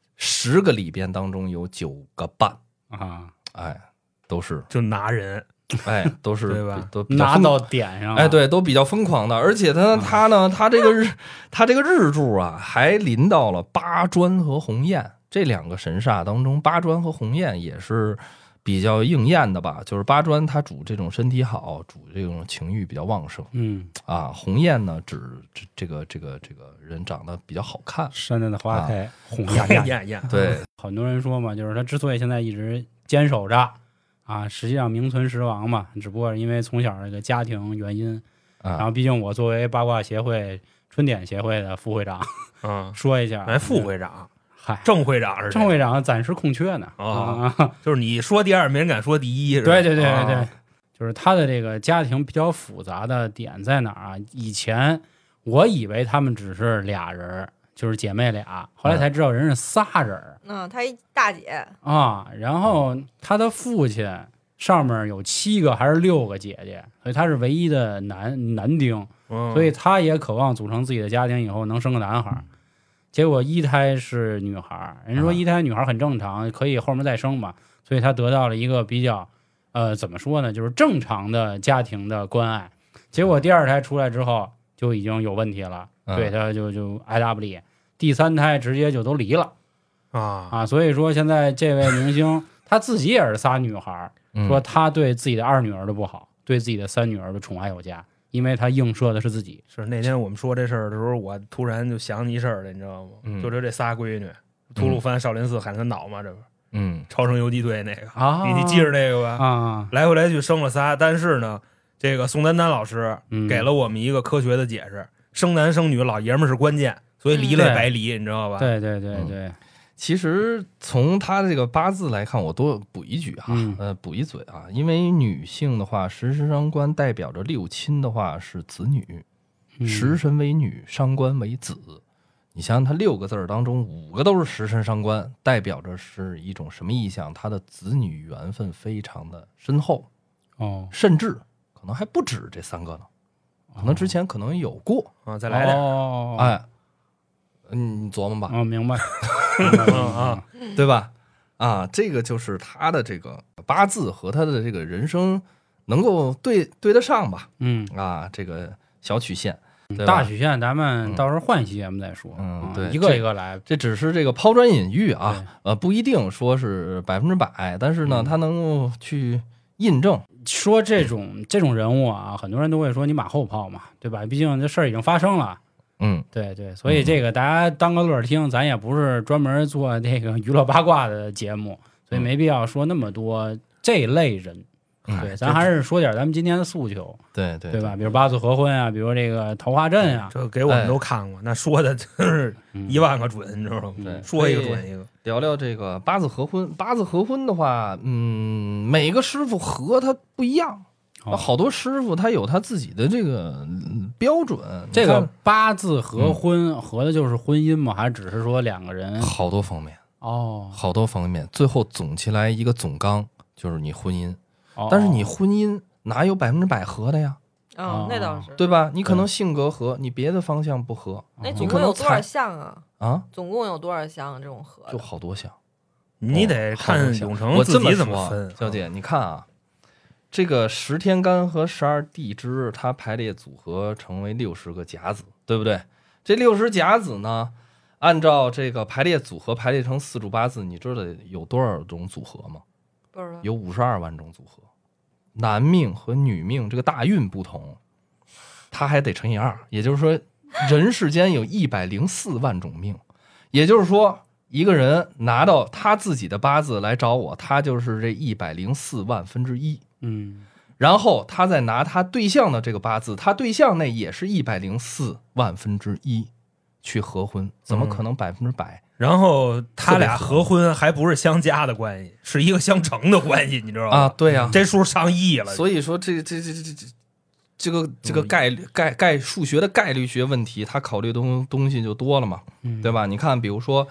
，10个里边当中有9个半啊， 哎，都是就拿人， 哎，都是对吧？ 都比较拿到点上了， 哎，对，都比较疯狂的，而且他这个日柱啊，还临到了八专和鸿雁这2个神煞当中，八专和鸿雁也是比较应验的吧？就是八专它主这种身体好，主这种情欲比较旺盛，鸿雁呢指这个人长得比较好看， 山上的花开，红艳， 对， 很多人说嘛，就是他之所以现在一直坚守着啊，实际上名存实亡嘛，只不过是因为从小这个家庭原因。然后，毕竟我作为八卦协会春点协会的副会长，说一下， 副会长， 嗨， 正会长是正会长暂时空缺呢就是你说第2，没人敢说第1， 对，就是他的这个家庭比较复杂的点在哪儿啊？以前我以为他们只是俩人，就是姐妹俩，后来才知道人是仨人。 他一大姐啊，然后他的父亲上面有7个还是6个姐姐，所以他是唯一的男丁，所以他也渴望组成自己的家庭，以后能生个男孩。结果1胎是女孩，人家说1胎女孩很正常，可以后面再生嘛，所以他得到了一个比较怎么说呢，就是正常的家庭的关爱。结果第2胎出来之后就已经有问题了，对，他就爱答不理。第3胎直接就都离了所以说现在这位明星他自己也是仨女孩，说他对自己的2女儿的不好，对自己的3女儿的宠爱有加，因为他映射的是自己。 是那天我们说这事儿的时候，我突然就想起一事儿来，你知道吗？就这仨闺女，吐鲁番少林寺喊他脑嘛，这不超生游击队那个你记着那个吧？来回来去生了仨，但是呢，这个宋丹丹老师给了我们一个科学的解释，生男生女老爷们是关键，所以离了白离，你知道吧？ 对。 其实从他这个八字来看，我多补一句补一嘴啊，因为女性的话，食神伤官代表着六亲的话是子女，食神为女，伤官为子。你想想，他6个字当中5个都是食神伤官，代表着是一种什么意象？他的子女缘分非常的深厚甚至可能还不止这3个呢，可能之前可能有过再来点哎。你琢磨吧。 明白对吧？这个就是他的这个八字和他的这个人生能够对得上吧？这个小曲线， 大曲线咱们到时候换一期节目再说。 对， 一个一个来。 这只是这个抛砖引玉啊，不一定说是100%，但是呢，他能够去印证。 说这种人物啊，很多人都会说你马后炮嘛，对吧？毕竟这事儿已经发生了。对，所以这个大家当个乐听，咱也不是专门做这个娱乐八卦的节目，所以没必要说那么多这类人。对，咱还是说点咱们今天的诉求， 对吧？比如八字合婚啊，比如这个桃花阵啊， 这给我们都看过，那说的真是10000个准，你知道吗？说一个准一个。 聊聊这个八字合婚，八字合婚的话，每个师傅合他不一样。好多师傅他有他自己的这个标准。 这个八字合婚合的就是婚姻吗？还是只是说2个人？ 好多方面好多方面，最后总起来一个总纲就是你婚姻。但是你婚姻哪有100%合的呀？ 那倒是， 对吧？你可能性格合，你别的方向不合。 那总共有多少项啊？ 总共有多少项这种合？ 就好多项。 你得看永成自己怎么分。 小姐，你看啊。这个10天干和12地支，它排列组合成为60个甲子，对不对？这60甲子呢，按照这个排列组合排列成4柱8字，你知道有多少种组合吗？ 不知道。 有52万种组合。男命和女命这个大运不同，它还得乘以2，也就是说，人世间有104万种命，也就是说，一个人拿到他自己的八字来找我，他就是这104万分之一。然后他再拿他对象的这个八字，他对象那也是104万分之一去合婚，怎么可能100%？ 然后他俩合婚还不是相加的关系，是一个相乘的关系，你知道吗？ 对呀， 这数上亿了。 所以说这个概数学的概率学问题，他考虑的东西就多了嘛，对吧？你看，比如说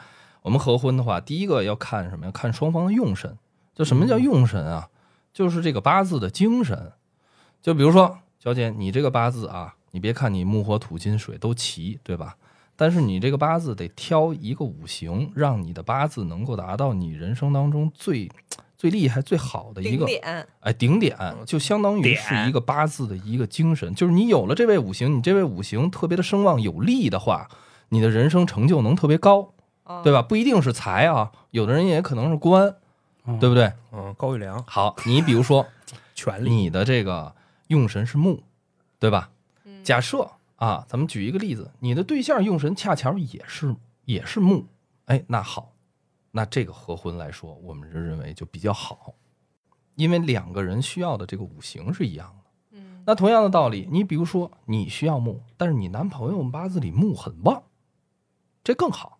我们合婚的话，第一个要看什么呀？看双方的用神。就什么叫用神啊？就是这个八字的精神。就比如说，小姐，你这个八字啊，你别看你木火土金水都齐，对吧？但是你这个八字得挑一个五行，让你的八字能够达到你人生当中最厉害、最好的一个顶点，就相当于是一个八字的一个精神。就是你有了这位五行，你这位五行特别的声望有力的话，你的人生成就能特别高，对吧？不一定是财啊，有的人也可能是官，对不对？ 高育良。 好，你比如说， 权力， 你的这个用神是木，对吧？假设啊，咱们举一个例子，你的对象用神恰巧也是木，哎，那好，那这个合婚来说，我们认为就比较好，因为两个人需要的这个五行是一样的。那同样的道理，你比如说你需要木，但是你男朋友八字里木很旺，这更好，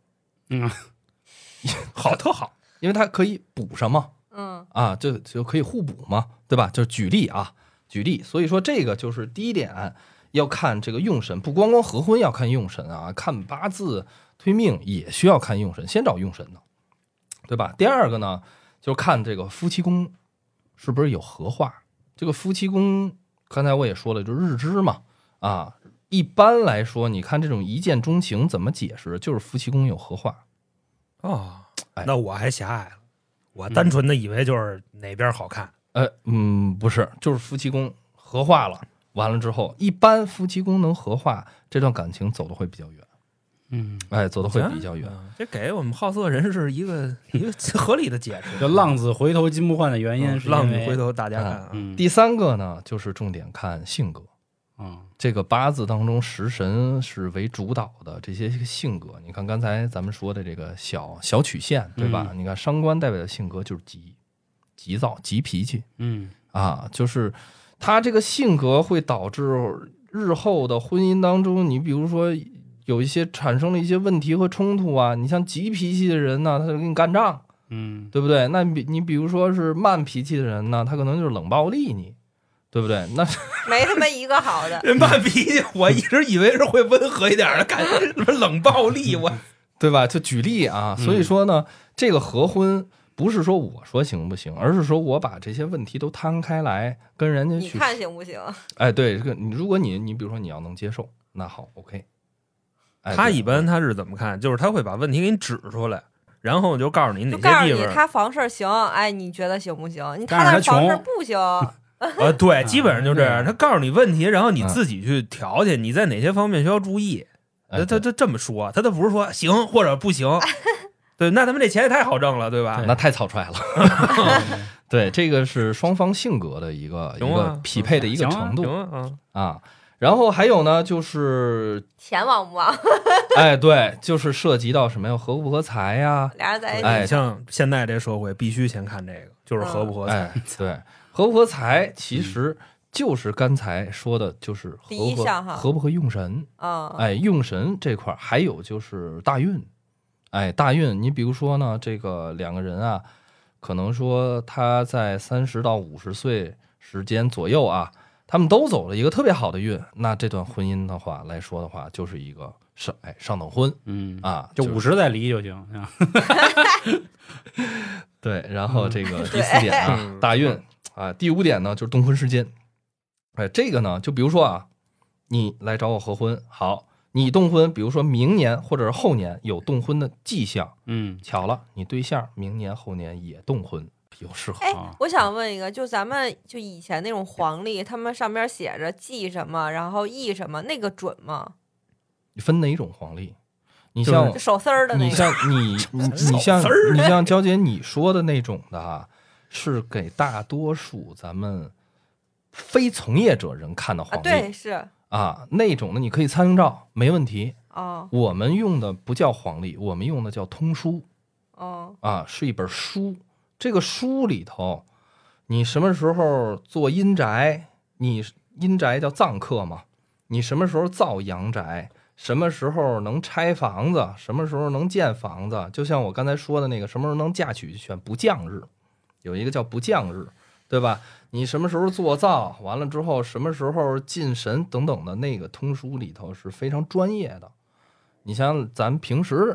好特好， 因为它可以补上嘛，就可以互补嘛，对吧？就是举例，所以说这个就是第一点，要看这个用神，不光合婚要看用神啊，看八字推命也需要看用神，先找用神的，对吧？第二个呢，就是看这个夫妻宫是不是有合化。这个夫妻宫，刚才我也说了，就是日支嘛，一般来说，你看这种一见钟情怎么解释？就是夫妻宫有合化。 那我还狭隘了，我单纯的以为就是哪边好看。 不是，就是夫妻宫合化了。完了之后，一般夫妻宫能合化，这段感情走得会比较远。走得会比较远。 这给我们好色人士一个合理的解释。 就浪子回头金不换的原因是浪子回头大家看。 第三个呢，就是重点看性格。这个八字当中食神是为主导的这些性格，你看刚才咱们说的这个小曲线，对吧？你看伤官代表的性格就是急躁、急脾气。就是他这个性格会导致日后的婚姻当中，你比如说有一些产生了一些问题和冲突啊。你像急脾气的人呢，他就跟你干仗，对不对？那你比如说是慢脾气的人呢，他可能就是冷暴力你，对不对？那没他妈一个好的。 人慢脾气，我一直以为是会温和一点的，感觉什么冷暴力， 对吧？就举例啊，所以说呢，这个合婚不是说我说行不行，而是说我把这些问题都摊开来跟人家去， 你看行不行？ 对，这个如果你比如说你要能接受，那好 ，OK。 他一般他是怎么看？就是他会把问题给你指出来，然后就告诉你哪些地方。 他房事行，你觉得行不行？他那房事不行。 对，基本上就这样。他告诉你问题，然后你自己去调去，你在哪些方面需要注意。他这么说，他都不是说行或者不行。对，那他们这钱也太好挣了，对吧？ 那太草率了。对，这个是双方性格的一个匹配的一个程度然后还有呢，就是钱旺不旺？ 对，就是涉及到什么呀，合不合财呀？ 俩人在一起， 像现在这社会必须先看这个，就是合不合财。 对，合不合财其实就是刚才说的，就是合不合用神。用神这块还有就是大运。大运，你比如说呢，这个两个人啊，可能说他在30到50岁时间左右啊，他们都走了一个特别好的运，那这段婚姻的话来说的话，就是一个上等婚。 就50再离就行。 对，然后这个第4点大运第5点呢就是动婚时间。这个呢，就比如说啊，你来找我合婚，好。你动婚，比如说明年或者是后年有动婚的迹象，巧了，你对象明年后年也动婚，有适合。 我想问一个，就咱们就以前那种黄历，他们上边写着忌什么，然后易什么，那个准吗？ 你分哪种黄历？你像手丝儿的那个， 你像娇姐你说的那种的，是给大多数咱们非从业者人看的黄历。 对，是。 那种的你可以参照，没问题。我们用的不叫黄历，我们用的叫通书。是一本书。这个书里头，你什么时候做阴宅？你阴宅叫葬客嘛？你什么时候造阳宅？什么时候能拆房子？什么时候能建房子？就像我刚才说的那个，什么时候能嫁娶，选不降日，有一个叫不降日。对吧？你什么时候做灶，完了之后什么时候进神等等的那个通书里头是非常专业的。你像咱平时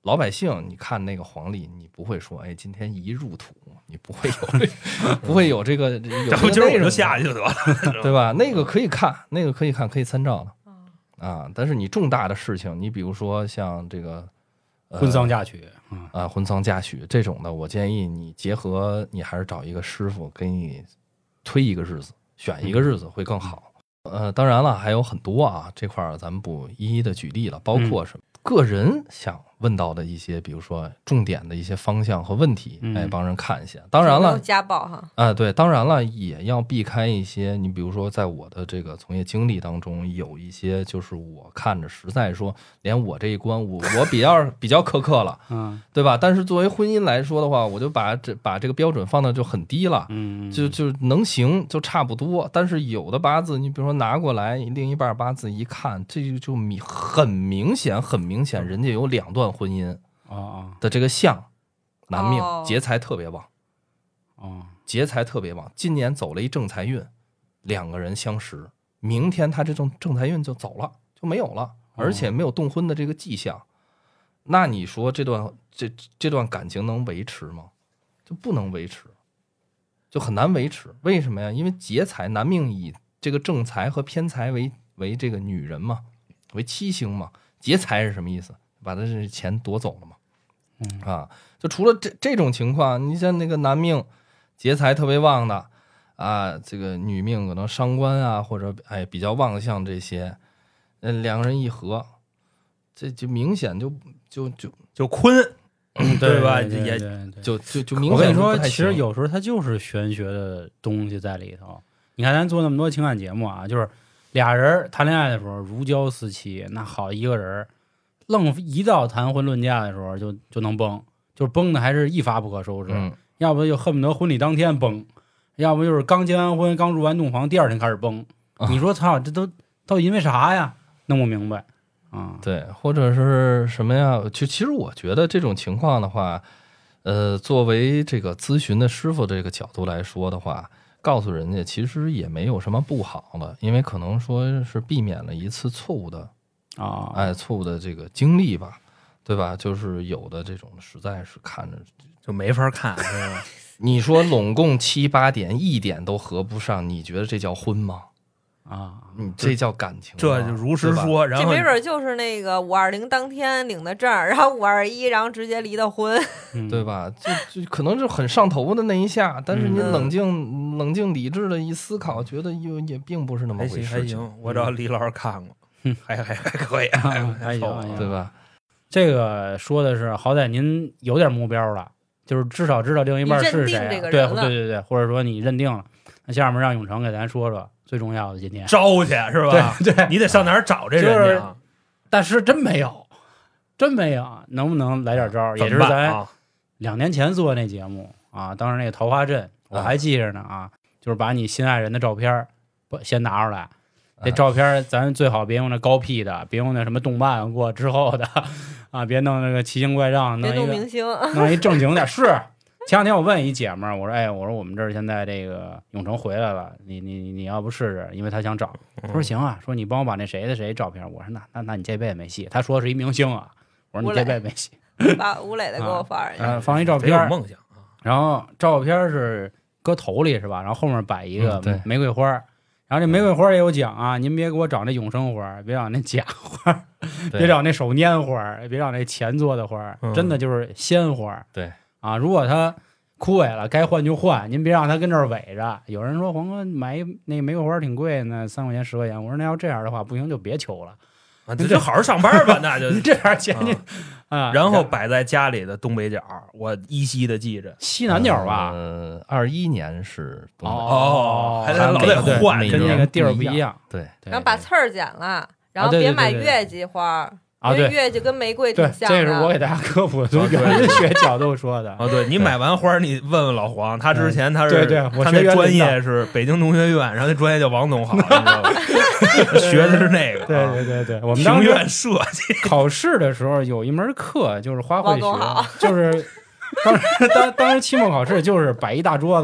老百姓，你看那个黄历，你不会说，哎，今天宜入土，你不会有这不会有这个有这个今儿我就内容下去就得了， 对吧？那个可以看，那个可以看，可以参照的啊。但是你重大的事情，你比如说像这个婚丧嫁娶婚丧嫁娶这种的，我建议你结合，你还是找一个师傅给你推一个日子，选一个日子会更好。当然了，还有很多啊，这块儿咱们不一一的举例了，包括什么个人想问到的一些，比如说重点的一些方向和问题，哎，帮人看一下。当然了， 家暴哈， 对，当然了，也要避开一些。你比如说，在我的这个从业经历当中，有一些就是我看着实在说，连我这一关，我比较苛刻了，对吧？但是作为婚姻来说的话，我就把这个标准放的就很低了，就能行就差不多。但是有的八字，你比如说拿过来，另一半八字一看，这就很明显，人家有2段婚姻的这个相，男命劫财特别旺。劫财特别旺，今年走了一正财运，2个人相识，明天他这种正财运就走了，就没有了，而且没有动婚的这个迹象。那你说这段感情能维持吗？就不能维持，就很难维持。为什么呀？因为劫财，男命以这个正财和偏财为这个女人嘛，为妻星嘛。劫财是什么意思？把他这钱夺走了嘛。就除了这种情况，你像那个男命劫财特别旺的啊，这个女命可能伤官啊，或者比较旺相这些，2个人一合，这就明显就坤， 对吧？ 也就明显。 我跟你说，其实有时候它就是玄学的东西在里头。你看咱做那么多情感节目啊，就是俩人谈恋爱的时候如胶似漆，那好一个人愣一到谈婚论嫁的时候就能崩，就是崩的还是一发不可收拾。要不就恨不得婚礼当天崩，要不就是刚结完婚刚入完洞房第2天开始崩。你说操，这都到底因为啥呀？弄不明白对，或者是什么呀？其实我觉得这种情况的话，作为这个咨询的师傅这个角度来说的话，告诉人家其实也没有什么不好的，因为可能说是避免了一次错误的错误的这个经历吧，对吧？就是有的这种实在是看着就没法看，是吧？ 你说拢共7、8点，1点都合不上，你觉得这叫婚吗？你这叫感情吗？ 这就如实说，然后这没准就是那个520当天领的证，然后521，然后直接离的婚， 对吧？就可能是很上头的那一下，但是你冷静理智的一思考，觉得也并不是那么回事。 还行，我找李老师看过，还可以， 还行， 对吧？ 这个说的是，好歹您有点目标了，就是至少知道另一半是谁，对，或者说你认定了。那下面让永成给咱说说最重要的今天招去是吧？ 对， 你得上哪儿找这人去？ 但是真没有，能不能来点招？也是咱2年前做那节目啊，当时那个桃花阵我还记着呢就是把你心爱人的照片先拿出来。这照片咱最好别用那高 P 的，别用那什么动漫过之后的别弄那个奇形怪状， 别弄明星， 弄一正经点。是前2天我问一姐们儿，我说我们这儿现在这个永成回来了，你要不试试？因为他想找。他说行啊，说你帮我把那谁的谁照片。我说那你这辈子没戏。他说是一明星啊，我说你这辈子没戏。 把吴磊的给我发上去， 放一照片， 梦想然后照片是搁头里是吧？然后后面摆一个玫瑰花。然后这玫瑰花也有讲啊，您别给我找那永生花，别找那假花，别找那手拈花，别找那钱做的花，真的就是鲜花。 对如果它枯萎了，该换就换，您别让它跟这儿萎着。有人说黄哥买那玫瑰花挺贵呢，3块钱10块钱。我说那要这样的话，不行就别求了你就好好上班吧，那就你这点钱你然后摆在家里的东北角，我依稀的记着西南角吧。 21年是东北还得老得换， 跟那个地儿不一样。 对， 然后把刺儿剪了，然后别买月季花。因为月季跟玫瑰挺像的， 这是我给大家科普从原理学角度说的。 对，你买完花你问问老黄，他之前他是我他那专业是北京农学院，然后那专业叫王总好，你知道吧？学的是那个。 对，我们当庭院设计考试的时候有一门课就是花卉学，就是当时期末考试就是摆一大桌子。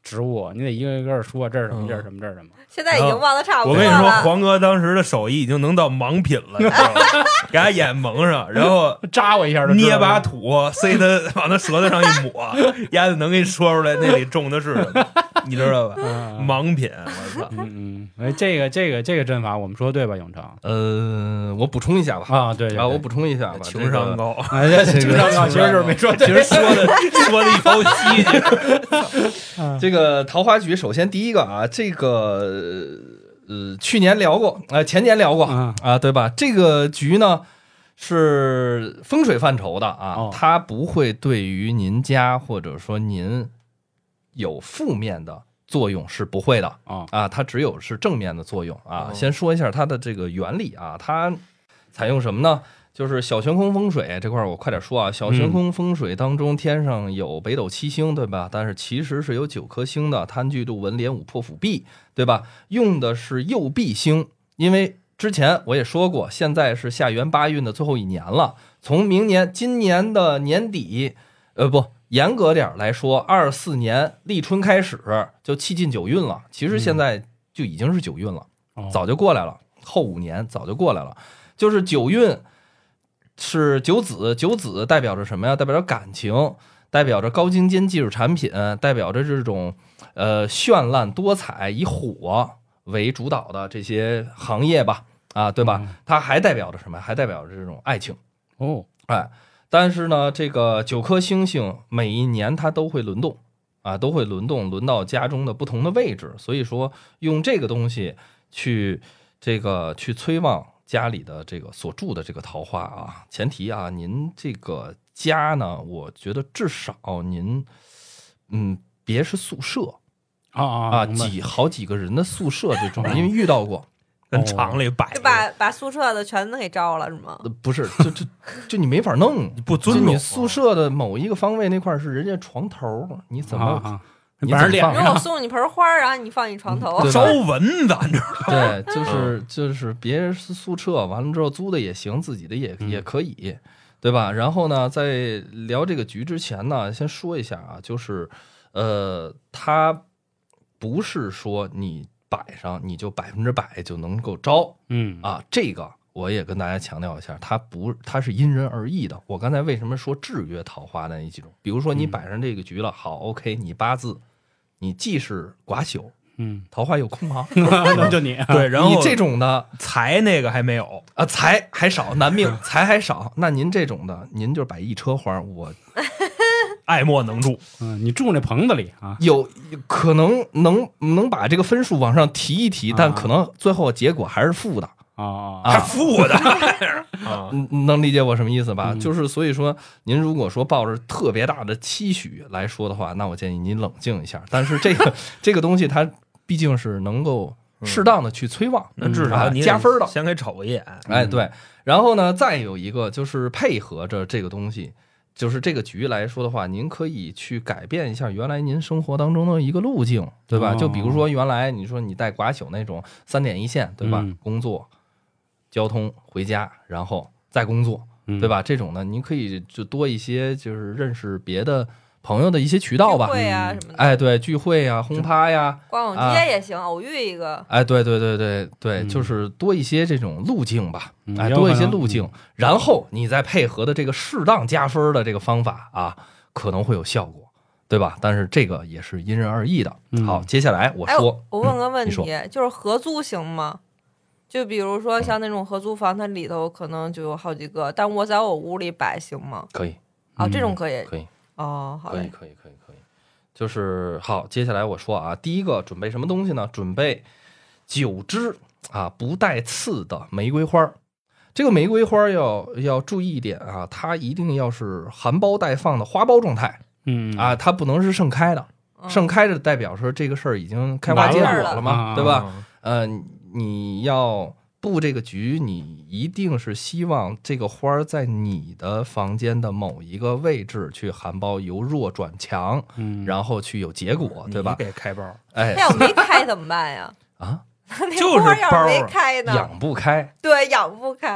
植物，你得一个一个说这是什么，这是什么，这是什么。 现在已经忘得差不多了。 我跟你说，黄哥当时的手艺已经能到盲品了，你知道吗？给他眼蒙上，然后扎我一下， 捏把土，塞他往他舌头上一抹，鸭子能给你说出来那里种的是什么，你知道吧？盲品，我操！ 这个阵法我们说对吧，永成？ 我补充一下吧。 啊，对啊，我补充一下吧。 情商高， 情商高，其实就是没说对， 其实说的一口稀去。 这个桃花局，首先第一个啊，这个去年聊过，前年聊过啊，对吧？这个局呢是风水范畴的啊，它不会对于您家或者说您有负面的作用，是不会的啊，它只有是正面的作用啊。先说一下它的这个原理啊，它采用什么呢？就是小悬空风水这块我快点说啊，小悬空风水当中天上有北斗七星，对吧？但是其实是有9颗星的，贪巨度文廉武破辅弼，对吧？用的是右弼星，因为之前我也说过，现在是下元8运的最后一年了，从今年的年底，严格点来说，24年立春开始就气进9运了，其实现在就已经是9运了，早就过来了，后5年早就过来了，就是9运。是九子代表着什么呀？代表着感情，代表着高精尖技术产品，代表着这种绚烂多彩以火为主导的这些行业吧，啊，对吧？它还代表着什么？还代表着这种爱情但是呢，这个9颗星星每一年它都会轮动啊，轮到家中的不同的位置，所以说用这个东西去催旺家里的这个所住的这个桃花啊，前提啊，您这个家呢，我觉得至少您，别是宿舍好几个人的宿舍这种，因为遇到过， 跟厂里摆， 就把宿舍的全都给招了是吗？ 不是，就你没法弄， 不尊重。 你宿舍的某一个方位那块是人家床头，你怎么？ 你把人脸上，我送你盆花，然后你放你床头， 招蚊子，你知道吗？对，就是别人宿舍完了之后租的也行，自己的也可以，对吧？然后呢，在聊这个局之前呢，先说一下啊，就是它不是说你摆上你就100%就能够招，这个我也跟大家强调一下，它是因人而异的。我刚才为什么说制约桃花的那几种？比如说你摆上这个局了，好 ，OK， 你八字。你既是寡宿，桃花有空吗？ 那就你对，然后你这种的财那个还没有啊，财还少，男命财还少，那您这种的，您就摆一车花，我爱莫能助。 你住那棚子里啊， 有可能能把这个分数往上提一提，但可能最后结果还是负的。 还负的， 能理解我什么意思吧？就是所以说，您如果说抱着特别大的期许来说的话，那我建议您冷静一下。但是这个东西，它毕竟是能够适当的去催旺， 那至少你加分的， 先给瞅一眼。 哎，对。然后呢，再有一个就是配合着这个东西，就是这个局来说的话，您可以去改变一下原来您生活当中的一个路径，对吧？就比如说原来你说你带寡宿那种3点一线，对吧？工作。交通回家，然后再工作，对吧？这种呢，您可以就多一些，就是认识别的朋友的一些渠道吧， 聚会啊什么的。 哎，对，聚会啊，轰趴呀， 逛逛街也行，偶遇一个。 哎，对，就是多一些这种路径吧，哎，多一些路径，然后你再配合的这个适当加分的这个方法啊，可能会有效果，对吧？但是这个也是因人而异的。好，接下来我说， 我问个问题，就是合租行吗？就比如说像那种合租房，它里头可能就有好几个，但我在我屋里摆行吗？ 可以。 这种可以。 可以。 好嘞。 可以。就是好，接下来我说啊，第一个准备什么东西呢？准备9支啊不带刺的玫瑰花。这个玫瑰花要注意一点啊，它一定要是含苞待放的花苞状态。它不能是盛开的。盛开的代表说这个事儿已经开花结果了嘛，对吧？你要布这个局，你一定是希望这个花在你的房间的某一个位置去含苞，由弱转强，然后去有结果，对吧？ 你给开包， 哎， 那要没开怎么办呀？ 啊， 就是包没开呢， 养不开， 对，养不开。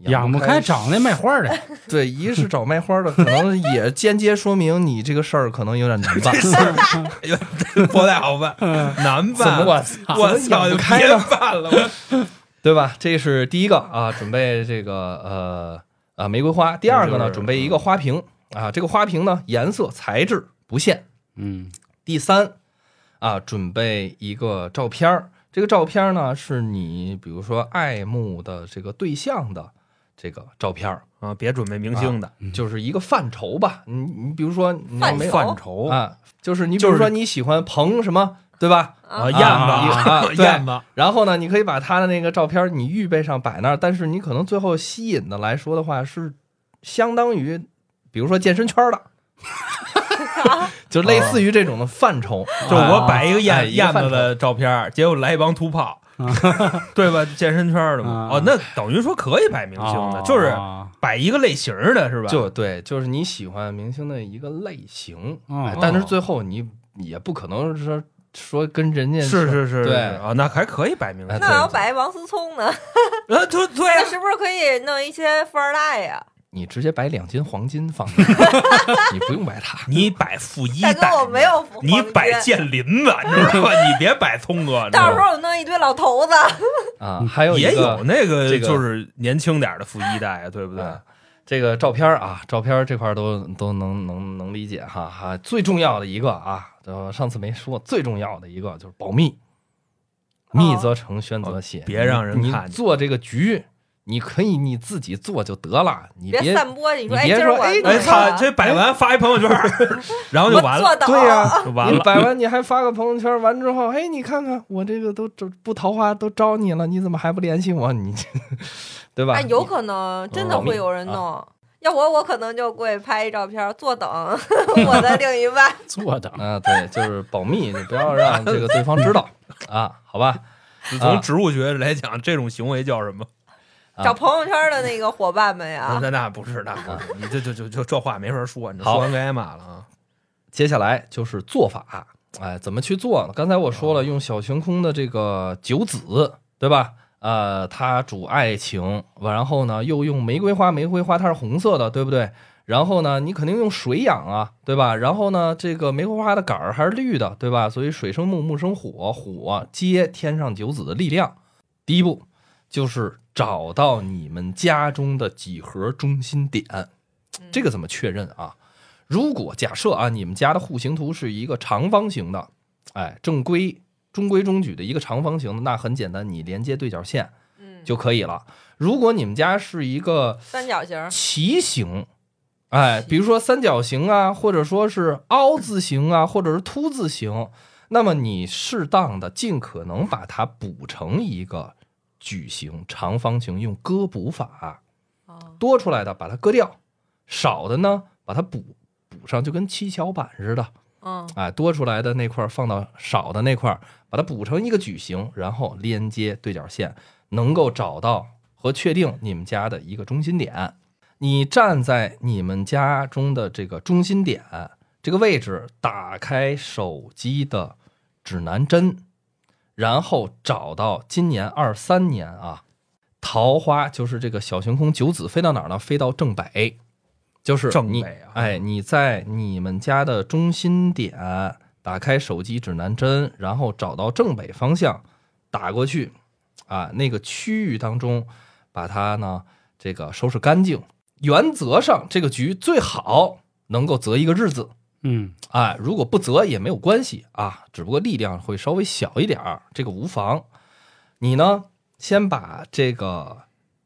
养不开找那卖花的。 对，一是找卖花的，可能也间接说明你这个事儿可能有点难办， 不太好办，难办。我操，就别办了， 对吧？这是第一个啊，准备这个玫瑰花。第二个呢，准备一个花瓶啊，这个花瓶呢颜色材质不限。第三啊，准备一个照片，这个照片呢是你比如说爱慕的这个对象的这个照片啊，别准备明星的， 就是一个范畴吧。你比如说你没有范畴啊，就是你比如说你喜欢彭什么，对吧？ 燕子，燕子。 然后呢，你可以把他的那个照片你预备上摆那儿，但是你可能最后吸引的来说的话是相当于，比如说健身圈的。就类似于这种的范畴， 就我摆一个燕子的照片，结果来一帮秃炮，对吧？健身圈的嘛，那等于说可以摆明星的，就是摆一个类型的，是吧？ 就对，就是你喜欢明星的一个类型，但是最后你也不可能说跟人家是对啊，那还可以摆明星。 那要摆王思聪呢？ 对， 那是不是可以弄一些富二代呀？ 你直接摆2斤黄金放着，你不用摆它， 你摆富一代， 大哥我没有黄金， 你摆剑林子，你知道吧？你别摆聪哥， 到时候我弄一堆老头子啊，还有也有那个就是年轻点的富一代，对不对？ 这个照片啊，照片这块都能理解哈。最重要的一个啊，上次没说，最重要的一个就是保密，密则成，宣则显， 别让人看。 你做这个局。你可以你自己做就得了，你别散播。你说别说操，这摆完发一朋友圈，然后就完了。 对呀， 就完了。 你摆完你还发个朋友圈，完之后，你看看我这个都不桃花都招你了，你怎么还不联系我？你对吧？ 有可能真的会有人弄。要我可能就过去拍一照片，坐等我的另一半。 坐等啊，对，就是保密，你不要让这个对方知道啊，好吧？ 从植物学来讲，这种行为叫什么？ 找朋友圈的那个伙伴们呀， 那不是，你这话没法说，你说完该骂了啊。 接下来就是做法，怎么去做呢？刚才我说了，用小悬空的这个九子，对吧？它主爱情，然后呢又用玫瑰花它是红色的，对不对？然后呢，你肯定用水养啊，对吧？然后呢，这个玫瑰花的杆还是绿的，对吧？所以水生木，木生火，火接天上九子的力量。第一步就是找到你们家中的几何中心点，这个怎么确认啊？如果假设啊，你们家的户型图是一个长方形的，中规中矩的一个长方形的，那很简单，你连接对角线就可以了。如果你们家是一个三角形、 旗形，比如说三角形啊，或者说是凹字形啊，或者是凸字形，那么你适当的尽可能把它补成一个矩形长方形，用割补法，多出来的把它割掉，少的呢把它补上，就跟七巧板似的。多出来的那块放到少的那块，把它补成一个矩形，然后连接对角线，能够找到和确定你们家的一个中心点。你站在你们家中的这个中心点这个位置，打开手机的指南针，然后找到今年23年啊，桃花就是这个小悬空九子飞到哪儿呢？飞到正北，就是正北啊！ 你在你们家的中心点打开手机指南针，然后找到正北方向，打过去那个区域当中，把它呢这个收拾干净。原则上这个局最好能够择一个日子。如果不择也没有关系啊，只不过力量会稍微小一点，这个无妨。你呢，先把这个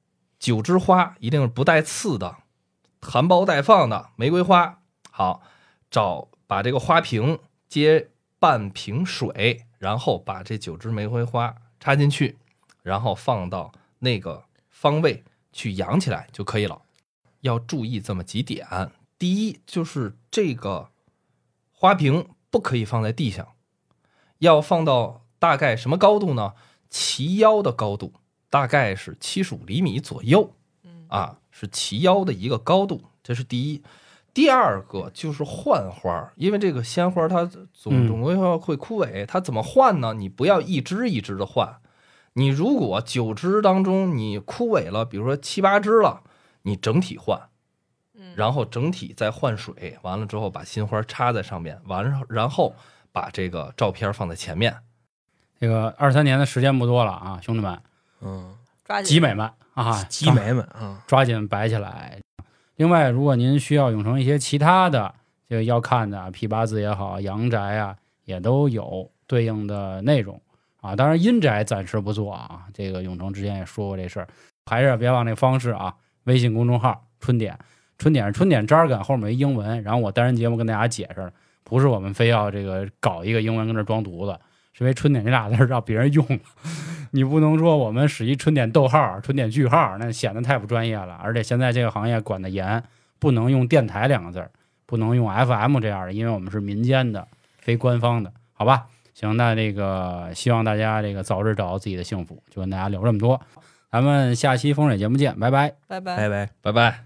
9枝花一定是不带刺的，含苞待放的玫瑰花，好，把这个花瓶接半瓶水，然后把这9枝玫瑰花插进去，然后放到那个方位去养起来就可以了。要注意这么几点，第一就是这个花瓶不可以放在地上，要放到大概什么高度呢？齐腰的高度，大概是75厘米左右，是齐腰的一个高度，这是第一。第二个就是换花，因为这个鲜花它总归会枯萎，它怎么换呢？你不要一枝一枝的换， 你如果9支当中你枯萎了，比如说7、8支了，你整体换，然后整体再换水，完了之后把新花插在上面，然后把这个照片放在前面。 这个23年的时间不多了啊，兄弟们， 抓紧集美们啊， 集美们啊， 抓紧摆起来。另外，如果您需要永成一些其他的这个要看的P8字也好，阳宅啊，也都有对应的内容啊。当然，阴宅暂时不做啊。这个永成之前也说过这事儿，还是别忘那个方式啊。微信公众号春点，春点是春点jargon后面有英文，然后我单人节目跟大家解释，不是我们非要这个搞一个英文跟这装犊子，是因为春点这俩字让别人用。你不能说我们使一春点逗号、春点句号，那显得太不专业了。而且现在这个行业管得严，不能用电台2个字，不能用 FM 这样的，因为我们是民间的、非官方的，好吧？行，那这个希望大家这个早日找到自己的幸福，就跟大家聊这么多，咱们下期风水节目见，拜拜， 拜拜拜拜。 拜拜。